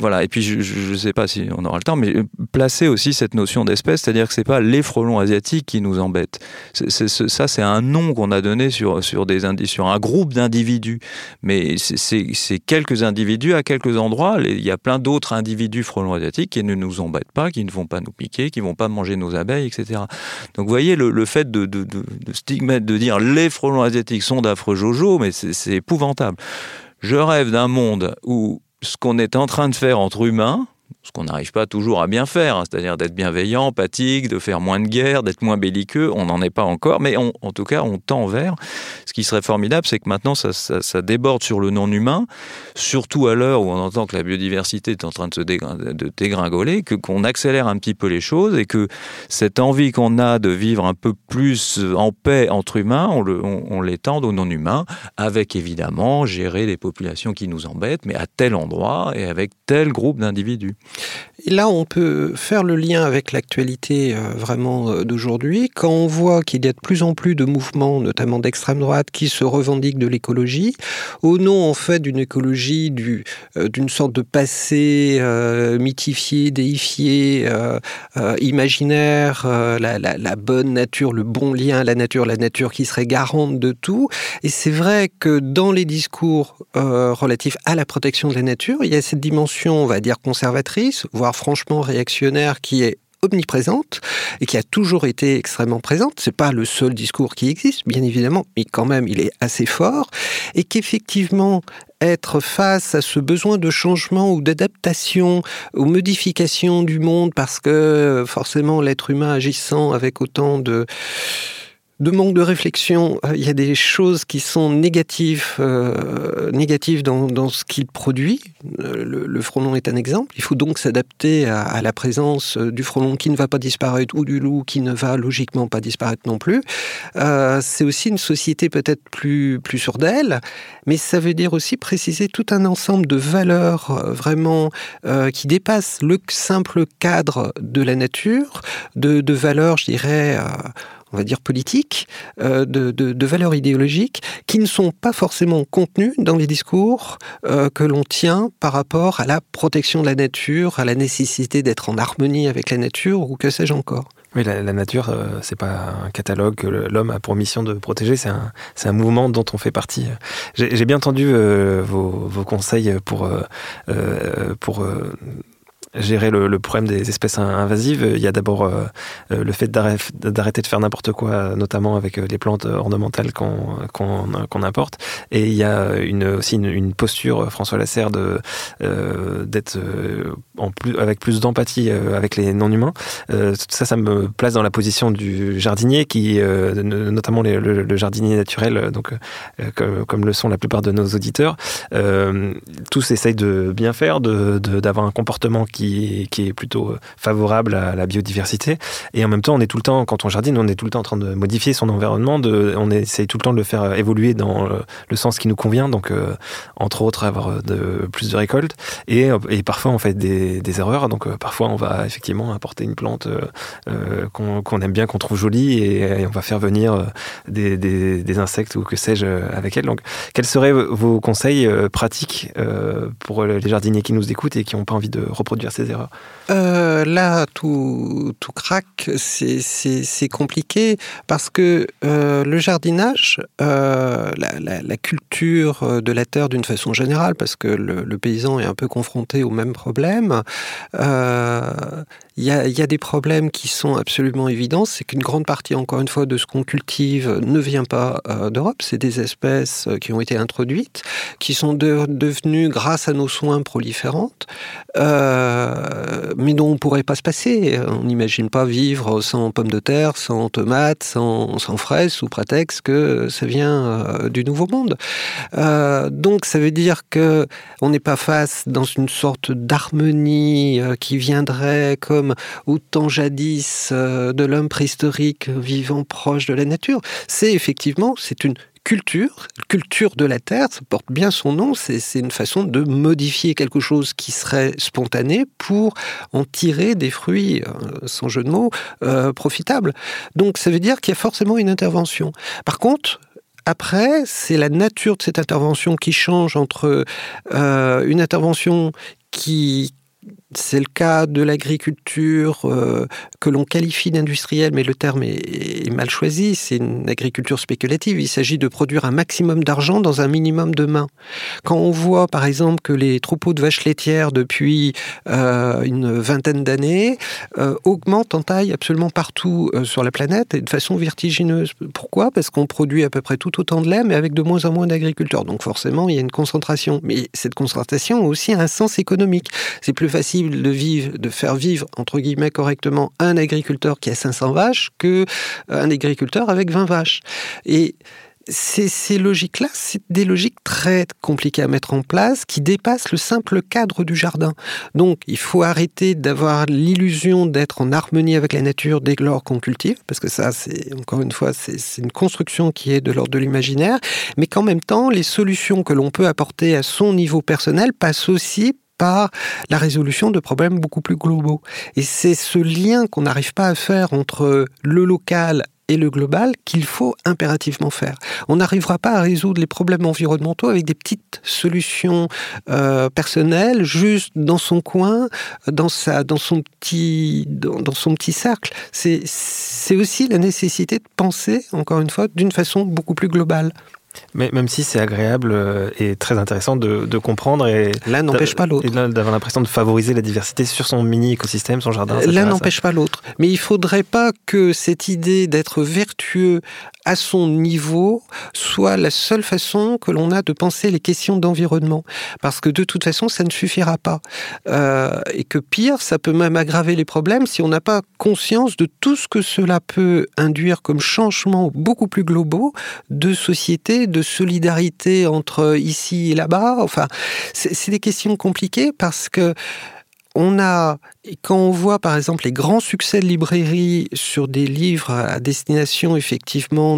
Voilà, et puis je ne sais pas si on aura le temps, mais placer aussi cette notion d'espèce, c'est-à-dire que ce n'est pas les frelons asiatiques qui nous embêtent. Ça, c'est un nom qu'on a donné sur un groupe d'individus. Mais c'est quelques individus à quelques endroits. Il y a plein d'autres individus frelons asiatiques qui ne nous embêtent pas, qui ne vont pas nous piquer, qui ne vont pas manger nos abeilles, etc. Donc vous voyez, le fait de stigmate, de dire les frelons asiatiques sont d'affreux jojo, mais c'est épouvantable. Je rêve d'un monde où ce qu'on est en train de faire entre humains, ce qu'on n'arrive pas toujours à bien faire, c'est-à-dire d'être bienveillant, empathique, de faire moins de guerre, d'être moins belliqueux, on n'en est pas encore, mais en tout cas, on tend vers. Ce qui serait formidable, c'est que maintenant, ça déborde sur le non-humain, surtout à l'heure où on entend que la biodiversité est en train de dégringoler, qu'on accélère un petit peu les choses et que cette envie qu'on a de vivre un peu plus en paix entre humains, on l'étende aux non-humains, avec évidemment gérer les populations qui nous embêtent, mais à tel endroit et avec tel groupe d'individus. Et là, on peut faire le lien avec l'actualité vraiment d'aujourd'hui. Quand on voit qu'il y a de plus en plus de mouvements, notamment d'extrême droite, qui se revendiquent de l'écologie, au nom en fait d'une écologie, d'une sorte de passé mythifié, déifié, imaginaire, la bonne nature, le bon lien à la nature qui serait garante de tout. Et c'est vrai que dans les discours relatifs à la protection de la nature, il y a cette dimension, on va dire, conservatrice, voire franchement réactionnaire, qui est omniprésente et qui a toujours été extrêmement présente. C'est pas le seul discours qui existe, bien évidemment, mais quand même, il est assez fort. Et qu'effectivement, être face à ce besoin de changement ou d'adaptation, aux modifications du monde, parce que forcément, l'être humain agissant avec autant de manque de réflexion, il y a des choses qui sont négatives dans ce qu'il produit. Le frelon est un exemple. Il faut donc s'adapter à la présence du frelon qui ne va pas disparaître ou du loup qui ne va logiquement pas disparaître non plus. C'est aussi une société peut-être plus sûre d'elle, mais ça veut dire aussi préciser tout un ensemble de valeurs vraiment qui dépassent le simple cadre de la nature, de valeurs, je dirais, on va dire politiques, de valeurs idéologiques qui ne sont pas forcément contenues dans les discours que l'on tient par rapport à la protection de la nature, à la nécessité d'être en harmonie avec la nature ou que sais-je encore. Oui, la nature, c'est pas un catalogue que l'homme a pour mission de protéger, c'est un mouvement dont on fait partie. J'ai bien entendu vos conseils pour gérer le problème des espèces invasives. Il y a d'abord le fait d'arrêter de faire n'importe quoi, notamment avec les plantes ornementales qu'on importe. Et il y a aussi une posture, François Lasserre, d'être avec plus d'empathie avec les non-humains. Ça me place dans la position du jardinier, qui, notamment le jardinier naturel, donc comme le sont la plupart de nos auditeurs, tous essayent de bien faire, d'avoir un comportement qui est plutôt favorable à la biodiversité. Et en même temps, on est tout le temps, quand on jardine, on est tout le temps en train de modifier son environnement, on essaye tout le temps de le faire évoluer dans le sens qui nous convient, donc entre autres avoir plus de récoltes. Et parfois, on fait des erreurs, donc parfois, on va effectivement apporter une plante qu'on aime bien, qu'on trouve jolie, et on va faire venir des insectes ou que sais-je avec elle. Donc, quels seraient vos conseils pratiques pour les jardiniers qui nous écoutent et qui n'ont pas envie de reproduire ces erreurs? Là, tout craque, c'est compliqué parce que le jardinage, la culture de la terre d'une façon générale, parce que le paysan est un peu confronté au même problème, il y a des problèmes qui sont absolument évidents. C'est qu'une grande partie, encore une fois, de ce qu'on cultive ne vient pas d'Europe. C'est des espèces qui ont été introduites, qui sont devenues, grâce à nos soins, proliférantes, mais dont on ne pourrait pas se passer. On n'imagine pas vivre sans pommes de terre, sans tomates, sans fraises, sous prétexte que ça vient du Nouveau Monde. Donc ça veut dire qu'on n'est pas face dans une sorte d'harmonie qui viendrait comme au temps jadis de l'homme préhistorique vivant proche de la nature. C'est une culture de la terre, ça porte bien son nom, c'est une façon de modifier quelque chose qui serait spontané pour en tirer des fruits, sans jeu de mots, profitables. Donc ça veut dire qu'il y a forcément une intervention. Par contre, après, c'est la nature de cette intervention qui change entre une intervention c'est le cas de l'agriculture que l'on qualifie d'industrielle, mais le terme est mal choisi. C'est une agriculture spéculative. Il s'agit de produire un maximum d'argent dans un minimum de mains. Quand on voit, par exemple, que les troupeaux de vaches laitières, depuis une vingtaine d'années, augmentent en taille absolument partout sur la planète et de façon vertigineuse. Pourquoi ? Parce qu'on produit à peu près tout autant de lait, mais avec de moins en moins d'agriculteurs. Donc forcément, il y a une concentration. Mais cette concentration a aussi un sens économique. C'est plus facile de faire vivre, entre guillemets, correctement un agriculteur qui a 500 vaches qu'un agriculteur avec 20 vaches. Et ces logiques-là, c'est des logiques très compliquées à mettre en place, qui dépassent le simple cadre du jardin. Donc, il faut arrêter d'avoir l'illusion d'être en harmonie avec la nature dès lors qu'on cultive, parce que ça, encore une fois, c'est une construction qui est de l'ordre de l'imaginaire, mais qu'en même temps, les solutions que l'on peut apporter à son niveau personnel passent aussi par la résolution de problèmes beaucoup plus globaux. Et c'est ce lien qu'on n'arrive pas à faire entre le local et le global qu'il faut impérativement faire. On n'arrivera pas à résoudre les problèmes environnementaux avec des petites solutions personnelles, juste dans son coin, dans son petit cercle. C'est aussi la nécessité de penser, encore une fois, d'une façon beaucoup plus globale. Mais même si c'est agréable et très intéressant de comprendre et l'un n'empêche pas l'autre. Et d'avoir l'impression de favoriser la diversité sur son mini-écosystème, son jardin. L'un n'empêche pas l'autre. Mais il ne faudrait pas que cette idée d'être vertueux à son niveau soit la seule façon que l'on a de penser les questions d'environnement. Parce que de toute façon, ça ne suffira pas. Et que pire, ça peut même aggraver les problèmes si on n'a pas conscience de tout ce que cela peut induire comme changement beaucoup plus globaux de société, de solidarité entre ici et là-bas. Enfin, c'est des questions compliquées parce que quand on voit par exemple les grands succès de librairie sur des livres à destination effectivement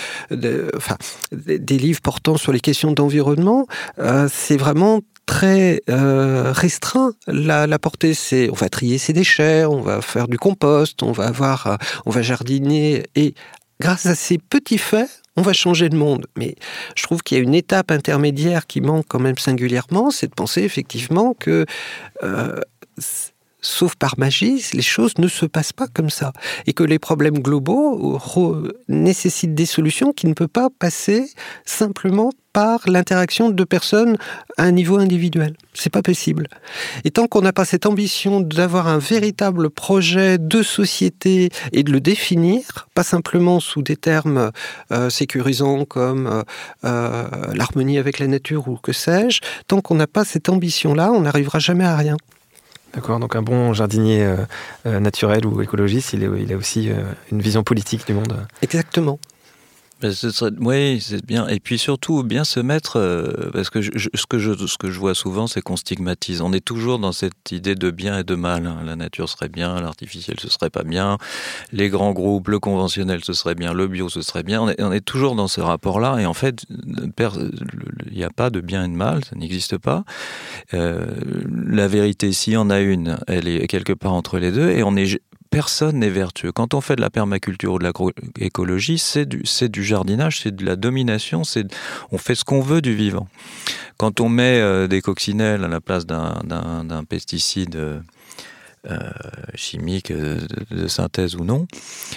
des livres portant sur les questions d'environnement, c'est vraiment très restreint. La portée, c'est on va trier ses déchets, on va faire du compost, on va jardiner, et grâce à ces petits faits, on va changer le monde. Mais je trouve qu'il y a une étape intermédiaire qui manque quand même singulièrement, c'est de penser effectivement que sauf par magie, les choses ne se passent pas comme ça. Et que les problèmes globaux nécessitent des solutions qui ne peuvent pas passer simplement par l'interaction de personnes à un niveau individuel. C'est pas possible. Et tant qu'on n'a pas cette ambition d'avoir un véritable projet de société et de le définir, pas simplement sous des termes sécurisants comme l'harmonie avec la nature ou que sais-je, tant qu'on n'a pas cette ambition-là, on n'arrivera jamais à rien. D'accord, donc un bon jardinier naturel ou écologiste, il a aussi une vision politique du monde. Exactement. Oui, c'est bien. Et puis surtout, bien se mettre... parce que ce que je vois souvent, c'est qu'on stigmatise. On est toujours dans cette idée de bien et de mal. La nature serait bien, l'artificiel, ce serait pas bien. Les grands groupes, le conventionnel, ce serait bien. Le bio, ce serait bien. On est toujours dans ce rapport-là. Et en fait, il n'y a pas de bien et de mal. Ça n'existe pas. La vérité, s'il y en a une, elle est quelque part entre les deux. Et personne n'est vertueux. Quand on fait de la permaculture ou de l'agroécologie, c'est du jardinage, c'est de la domination, on fait ce qu'on veut du vivant. Quand on met des coccinelles à la place d'un pesticide chimique de synthèse ou non,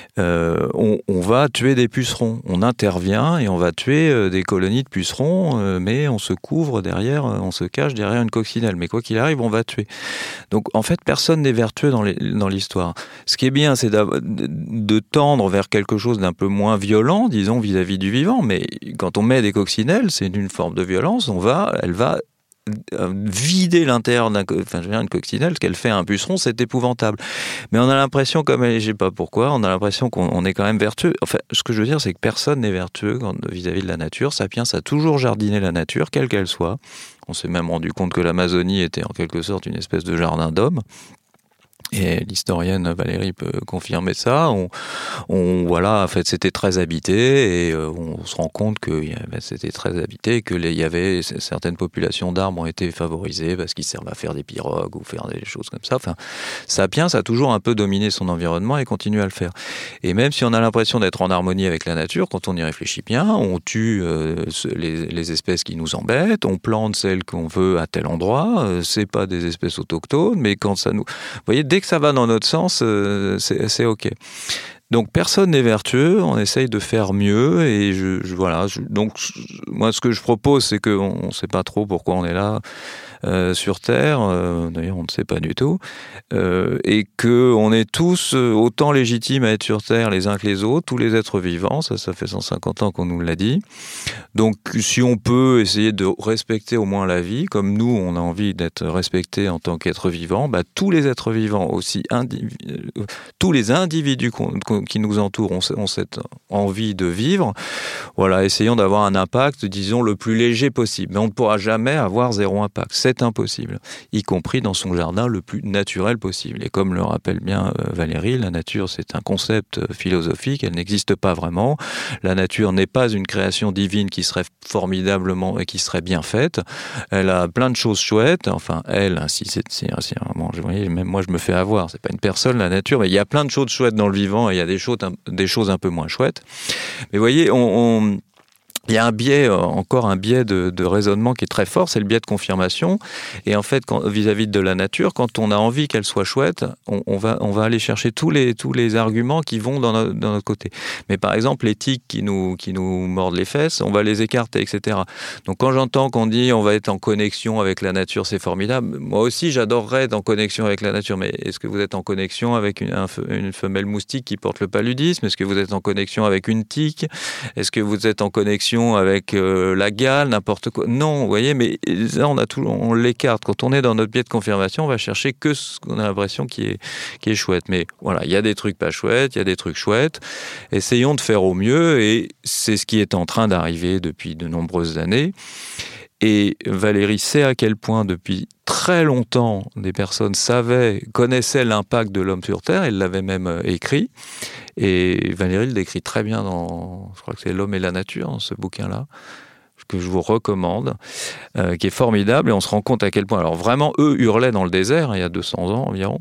on va tuer des pucerons. On intervient et on va tuer des colonies de pucerons, mais on se couvre derrière, on se cache derrière une coccinelle. Mais quoi qu'il arrive, on va tuer. Donc en fait, personne n'est vertueux dans l'histoire. Ce qui est bien, c'est de tendre vers quelque chose d'un peu moins violent, disons, vis-à-vis du vivant. Mais quand on met des coccinelles, c'est une forme de violence. Elle va vider l'intérieur une coccinelle, ce qu'elle fait à un puceron, c'est épouvantable. Mais on a l'impression, je sais pas pourquoi, on a l'impression qu'on est quand même vertueux. Enfin, ce que je veux dire, c'est que personne n'est vertueux vis-à-vis de la nature. Sapiens a toujours jardiné la nature, quelle qu'elle soit. On s'est même rendu compte que l'Amazonie était en quelque sorte une espèce de jardin d'hommes. Et l'historienne Valérie peut confirmer ça. Voilà, en fait, c'était très habité et on se rend compte que c'était très habité, que il y avait certaines populations d'arbres ont été favorisées parce qu'ils servent à faire des pirogues ou faire des choses comme ça. Enfin, Sapiens a toujours un peu dominé son environnement et continue à le faire. Et même si on a l'impression d'être en harmonie avec la nature, quand on y réfléchit bien, on tue les espèces qui nous embêtent, on plante celles qu'on veut à tel endroit. C'est pas des espèces autochtones, mais quand ça nous, vous voyez, dès que ça va dans notre sens, c'est OK. Donc personne n'est vertueux, on essaye de faire mieux et donc moi ce que je propose, c'est qu'on ne sait pas trop pourquoi on est là sur Terre, d'ailleurs on ne sait pas du tout, et qu'on est tous autant légitimes à être sur Terre les uns que les autres, tous les êtres vivants, ça fait 150 ans qu'on nous l'a dit. Donc si on peut essayer de respecter au moins la vie, comme nous on a envie d'être respectés en tant qu'êtres vivants, tous les êtres vivants aussi, tous les individus qui nous entourent ont cette envie de vivre. Voilà, essayons d'avoir un impact, disons, le plus léger possible. Mais on ne pourra jamais avoir zéro impact. C'est impossible, y compris dans son jardin le plus naturel possible. Et comme le rappelle bien Valérie, la nature, c'est un concept philosophique, elle n'existe pas vraiment. La nature n'est pas une création divine qui serait formidablement et qui serait bien faite. Elle a plein de choses chouettes. Enfin, elle, c'est vraiment, vous voyez, même moi je me fais avoir. C'est pas une personne, la nature, mais il y a plein de choses chouettes dans le vivant et il y a des choses un peu moins chouettes. Mais vous voyez, il y a encore un biais de raisonnement qui est très fort, c'est le biais de confirmation. Et en fait, vis-à-vis de la nature, quand on a envie qu'elle soit chouette, on va aller chercher tous les arguments qui vont dans notre côté. Mais par exemple, les tiques qui nous mordent les fesses, on va les écarter, etc. Donc quand j'entends qu'on dit on va être en connexion avec la nature, c'est formidable. Moi aussi, j'adorerais être en connexion avec la nature. Mais est-ce que vous êtes en connexion avec une femelle moustique qui porte le paludisme? Est-ce que vous êtes en connexion avec une tique? Est-ce que vous êtes en connexion avec la gale, n'importe quoi? Non, vous voyez, mais là, on l'écarte. Quand on est dans notre biais de confirmation, on va chercher que ce qu'on a l'impression qui est chouette. Mais voilà, il y a des trucs pas chouettes, il y a des trucs chouettes. Essayons de faire au mieux et c'est ce qui est en train d'arriver depuis de nombreuses années. Et Valérie sait à quel point, depuis très longtemps, des personnes connaissaient l'impact de l'homme sur Terre, elle l'avait même écrit. Et Valérie le décrit très bien je crois que c'est L'homme et la nature, dans ce bouquin-là, que je vous recommande, qui est formidable. Et on se rend compte à quel point, alors vraiment, eux hurlaient dans le désert, il y a 200 ans environ.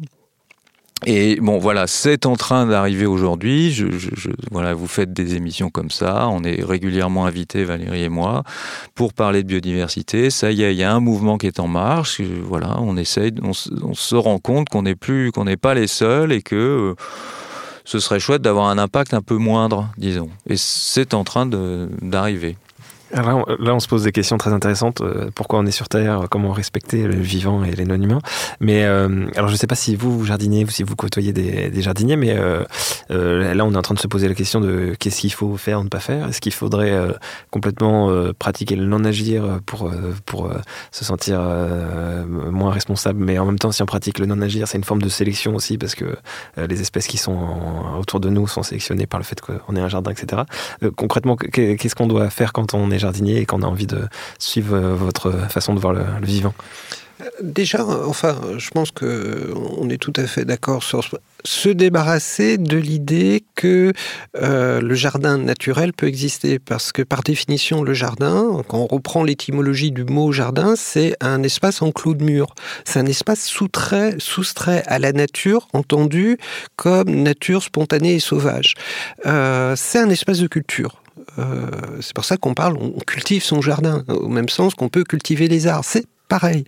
Et bon, voilà, c'est en train d'arriver aujourd'hui. Voilà, vous faites des émissions comme ça. On est régulièrement invités, Valérie et moi, pour parler de biodiversité. Ça y est, il y a un mouvement qui est en marche. Voilà, on se rend compte qu'on n'est pas les seuls et que ce serait chouette d'avoir un impact un peu moindre, disons. Et c'est en train d'arriver. Alors là, on se pose des questions très intéressantes. Pourquoi on est sur Terre? Comment respecter le vivant et les non-humains? Mais alors, je ne sais pas si vous jardiniez ou si vous côtoyez des jardiniers, mais là, on est en train de se poser la question de qu'est-ce qu'il faut faire ou ne pas faire. Est-ce qu'il faudrait complètement pratiquer le non-agir pour se sentir moins responsable? Mais en même temps, si on pratique le non-agir, c'est une forme de sélection aussi, parce que les espèces qui sont autour de nous sont sélectionnées par le fait qu'on ait un jardin, etc. Concrètement, qu'est-ce qu'on doit faire quand on est jardinier et qu'on a envie de suivre votre façon de voir le vivant? Déjà, je pense qu'on est tout à fait d'accord sur se débarrasser de l'idée que le jardin naturel peut exister. Parce que par définition, le jardin, quand on reprend l'étymologie du mot jardin, c'est un espace enclos de murs. C'est un espace soustrait à la nature, entendu comme nature spontanée et sauvage. C'est un espace de culture. C'est pour ça qu'on cultive son jardin, au même sens qu'on peut cultiver les arbres. C'est pareil.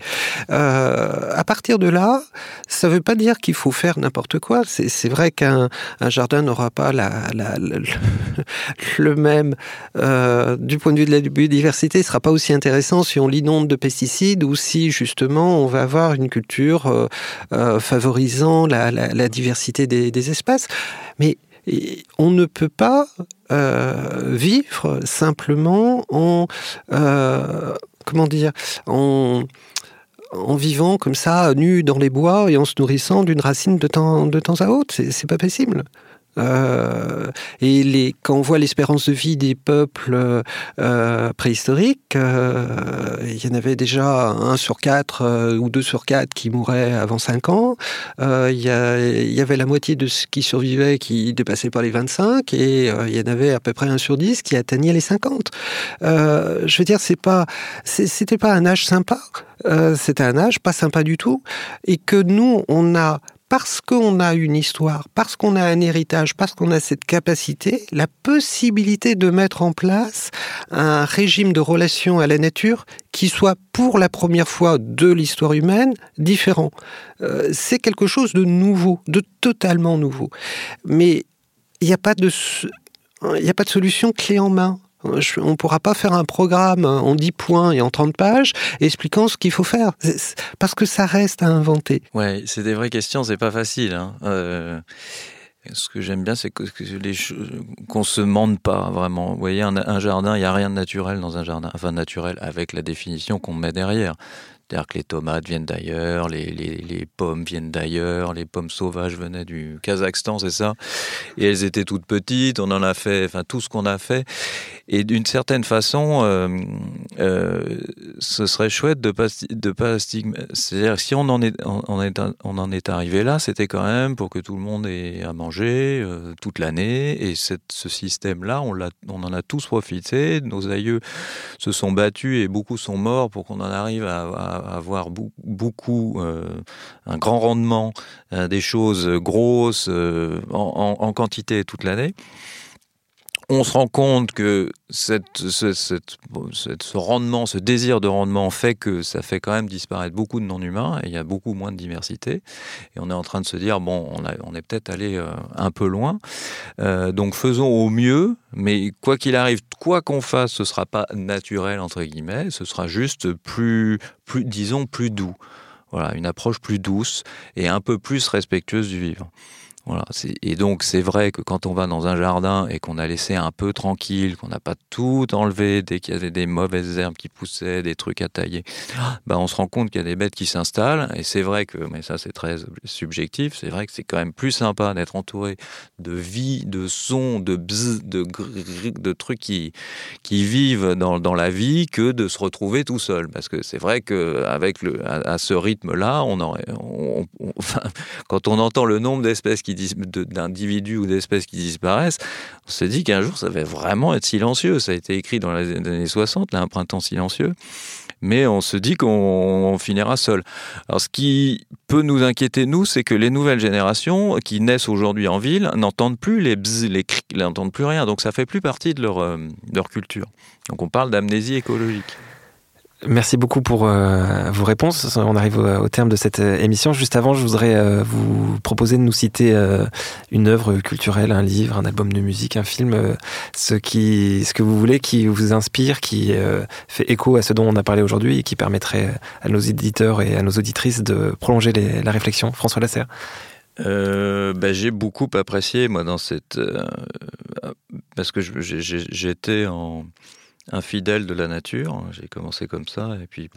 À partir de là, ça ne veut pas dire qu'il faut faire n'importe quoi. C'est vrai qu'un jardin n'aura pas le même... du point de vue de la biodiversité, il ne sera pas aussi intéressant si on l'inonde de pesticides ou si, justement, on va avoir une culture favorisant la diversité des espèces. Mais on ne peut pas vivre simplement en vivant comme ça, nu dans les bois et en se nourrissant d'une racine de temps à autre. C'est pas possible. Et quand on voit l'espérance de vie des peuples préhistoriques, il y en avait déjà 1 sur 4 ou 2 sur 4 qui mouraient avant 5 ans. Il y avait la moitié de ceux qui survivaient qui dépassaient pas les 25, et il y en avait à peu près 1 sur 10 qui atteignaient les 50. Je veux dire, c'était pas un âge sympa. C'était un âge pas sympa du tout, et que nous, parce qu'on a une histoire, parce qu'on a un héritage, parce qu'on a cette capacité, la possibilité de mettre en place un régime de relation à la nature qui soit, pour la première fois de l'histoire humaine, différent. C'est quelque chose de nouveau, de totalement nouveau. Mais il n'y a pas de solution clé en main. On ne pourra pas faire un programme en 10 points et en 30 pages expliquant ce qu'il faut faire, parce que ça reste à inventer. Ouais, c'est des vraies questions, c'est pas facile. Ce que j'aime bien, c'est qu'on se mente pas vraiment. Vous voyez, un jardin, il n'y a rien de naturel dans un jardin. Enfin, naturel avec la définition qu'on met derrière. C'est-à-dire que les tomates viennent d'ailleurs, les pommes viennent d'ailleurs, les pommes sauvages venaient du Kazakhstan, c'est ça. Et elles étaient toutes petites, on en a fait, enfin tout ce qu'on a fait. Et d'une certaine façon, ce serait chouette de pas stigmatiser. C'est-à-dire si on en est arrivé là, c'était quand même pour que tout le monde ait à manger toute l'année. Et ce système-là, on en a tous profité. Nos aïeux se sont battus et beaucoup sont morts pour qu'on en arrive à avoir beaucoup, un grand rendement, des choses grosses en quantité toute l'année. On se rend compte que ce rendement, ce désir de rendement fait que ça fait quand même disparaître beaucoup de non-humains et il y a beaucoup moins de diversité. Et on est en train de se dire, bon, on est peut-être allé un peu loin. Donc faisons au mieux, mais quoi qu'il arrive, quoi qu'on fasse, ce ne sera pas naturel, entre guillemets, ce sera juste plus doux. Voilà, une approche plus douce et un peu plus respectueuse du vivant. Voilà, et donc c'est vrai que quand on va dans un jardin et qu'on a laissé un peu tranquille, qu'on n'a pas tout enlevé dès qu'il y avait des mauvaises herbes qui poussaient, des trucs à tailler, on se rend compte qu'il y a des bêtes qui s'installent. Et c'est vrai que, mais ça c'est très subjectif, c'est vrai que c'est quand même plus sympa d'être entouré de vie, de sons, de bzz, de trucs qui vivent dans la vie que de se retrouver tout seul. Parce que c'est vrai qu'avec à ce rythme-là, quand on entend le nombre d'espèces d'individus ou d'espèces qui disparaissent, on s'est dit qu'un jour ça va vraiment être silencieux. Ça a été écrit dans les années 60, là, un printemps silencieux, mais on se dit qu'on finira seul. Alors ce qui peut nous inquiéter, nous, c'est que les nouvelles générations qui naissent aujourd'hui en ville n'entendent plus les bzz, les crics, n'entendent plus rien, donc ça fait plus partie de leur culture. Donc on parle d'amnésie écologique. Merci beaucoup pour vos réponses. On arrive au terme de cette émission. Juste avant, je voudrais vous proposer de nous citer une œuvre culturelle, un livre, un album de musique, un film, ce que vous voulez, qui vous inspire, qui fait écho à ce dont on a parlé aujourd'hui et qui permettrait à nos éditeurs et à nos auditrices de prolonger la réflexion. François Lasserre. J'ai beaucoup apprécié, moi, dans cette... parce que j'étais un fidèle de la nature, j'ai commencé comme ça,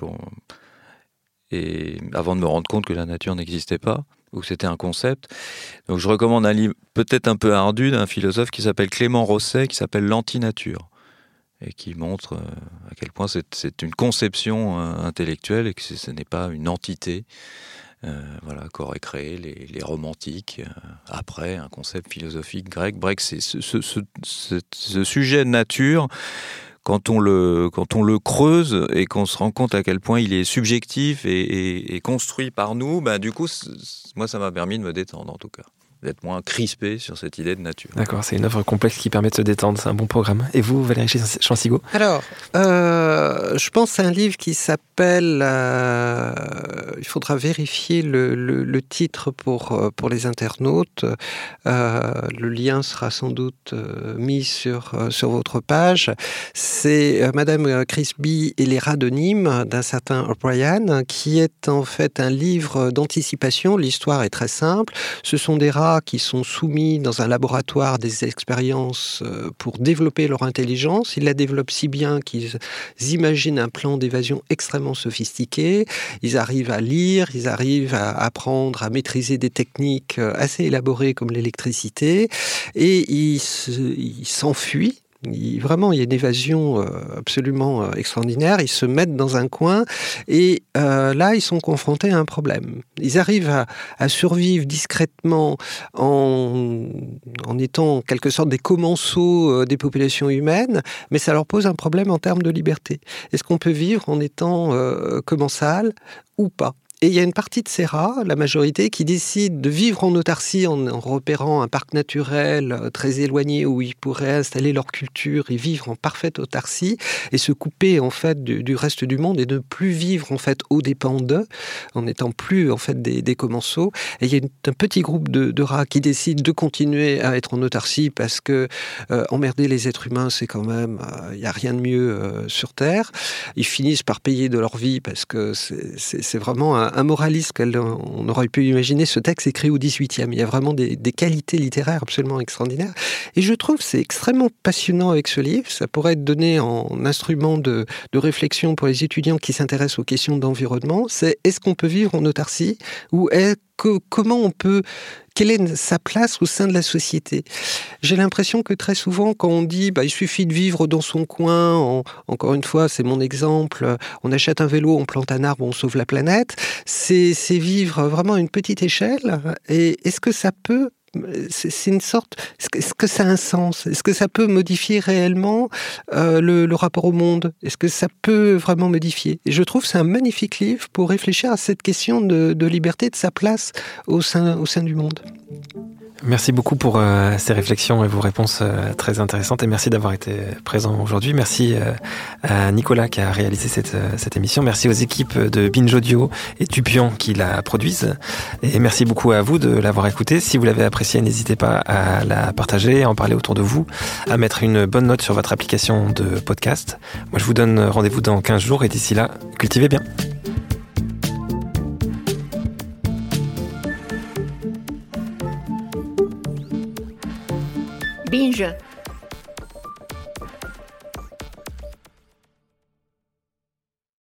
et avant de me rendre compte que la nature n'existait pas, ou que c'était un concept. Donc je recommande un livre peut-être un peu ardu d'un philosophe qui s'appelle Clément Rosset, qui s'appelle L'Antinature, et qui montre à quel point c'est une conception intellectuelle et que ce n'est pas une entité qu'auraient créé les romantiques après un concept philosophique grec. Bref, c'est ce sujet de nature. Quand on le creuse et qu'on se rend compte à quel point il est subjectif et construit par nous, du coup, moi, ça m'a permis de me détendre, en tout cas. D'être moins crispé sur cette idée de nature. D'accord, c'est une œuvre complexe qui permet de se détendre, c'est un bon programme. Et vous, Valérie Chansigo ? Alors, je pense à un livre qui s'appelle... il faudra vérifier le titre pour les internautes. Le lien sera sans doute mis sur votre page. C'est Madame Crisby et les rats de Nîmes, d'un certain O'Brien, qui est en fait un livre d'anticipation. L'histoire est très simple. Ce sont des rats rats qui sont soumis dans un laboratoire à des expériences pour développer leur intelligence. Ils la développent si bien qu'ils imaginent un plan d'évasion extrêmement sophistiqué. Ils arrivent à lire, ils arrivent à apprendre à maîtriser des techniques assez élaborées comme l'électricité, et ils s'enfuient. Vraiment, il y a une évasion absolument extraordinaire. Ils se mettent dans un coin et là, ils sont confrontés à un problème. Ils arrivent à survivre discrètement en étant en quelque sorte des commensaux des populations humaines, mais ça leur pose un problème en termes de liberté. Est-ce qu'on peut vivre en étant commensal ou pas ? Et il y a une partie de ces rats, la majorité, qui décident de vivre en autarcie en repérant un parc naturel très éloigné où ils pourraient installer leur culture et vivre en parfaite autarcie et se couper en fait du reste du monde et ne plus vivre en fait aux dépens d'eux, en n'étant plus en fait des commensaux. Et il y a un petit groupe de rats qui décident de continuer à être en autarcie parce que emmerder les êtres humains, c'est quand même, il n'y a rien de mieux sur Terre. Ils finissent par payer de leur vie parce que c'est vraiment un moraliste qu'on aurait pu imaginer. Ce texte écrit au XVIIIe. Il y a vraiment des qualités littéraires absolument extraordinaires. Et je trouve que c'est extrêmement passionnant avec ce livre. Ça pourrait être donné en instrument de réflexion pour les étudiants qui s'intéressent aux questions d'environnement. C'est est-ce qu'on peut vivre en autarcie ou comment on peut... Quelle est sa place au sein de la société ? J'ai l'impression que très souvent, quand on dit il suffit de vivre dans son coin, encore une fois, c'est mon exemple, on achète un vélo, on plante un arbre, on sauve la planète, c'est vivre vraiment à une petite échelle. Et est-ce que ça peut... C'est une sorte... Est-ce que ça a un sens ? Est-ce que ça peut modifier réellement le rapport au monde ? Est-ce que ça peut vraiment modifier ? Et je trouve que c'est un magnifique livre pour réfléchir à cette question de liberté, de sa place au sein du monde. Merci beaucoup pour ces réflexions et vos réponses très intéressantes, et merci d'avoir été présent aujourd'hui. Merci à Nicolas qui a réalisé cette émission. Merci aux équipes de Binge Audio et Tupian qui la produisent. Et merci beaucoup à vous de l'avoir écouté. Si vous l'avez apprécié, n'hésitez pas à la partager, à en parler autour de vous, à mettre une bonne note sur votre application de podcast. Moi, je vous donne rendez-vous dans 15 jours et d'ici là, cultivez bien. Binge.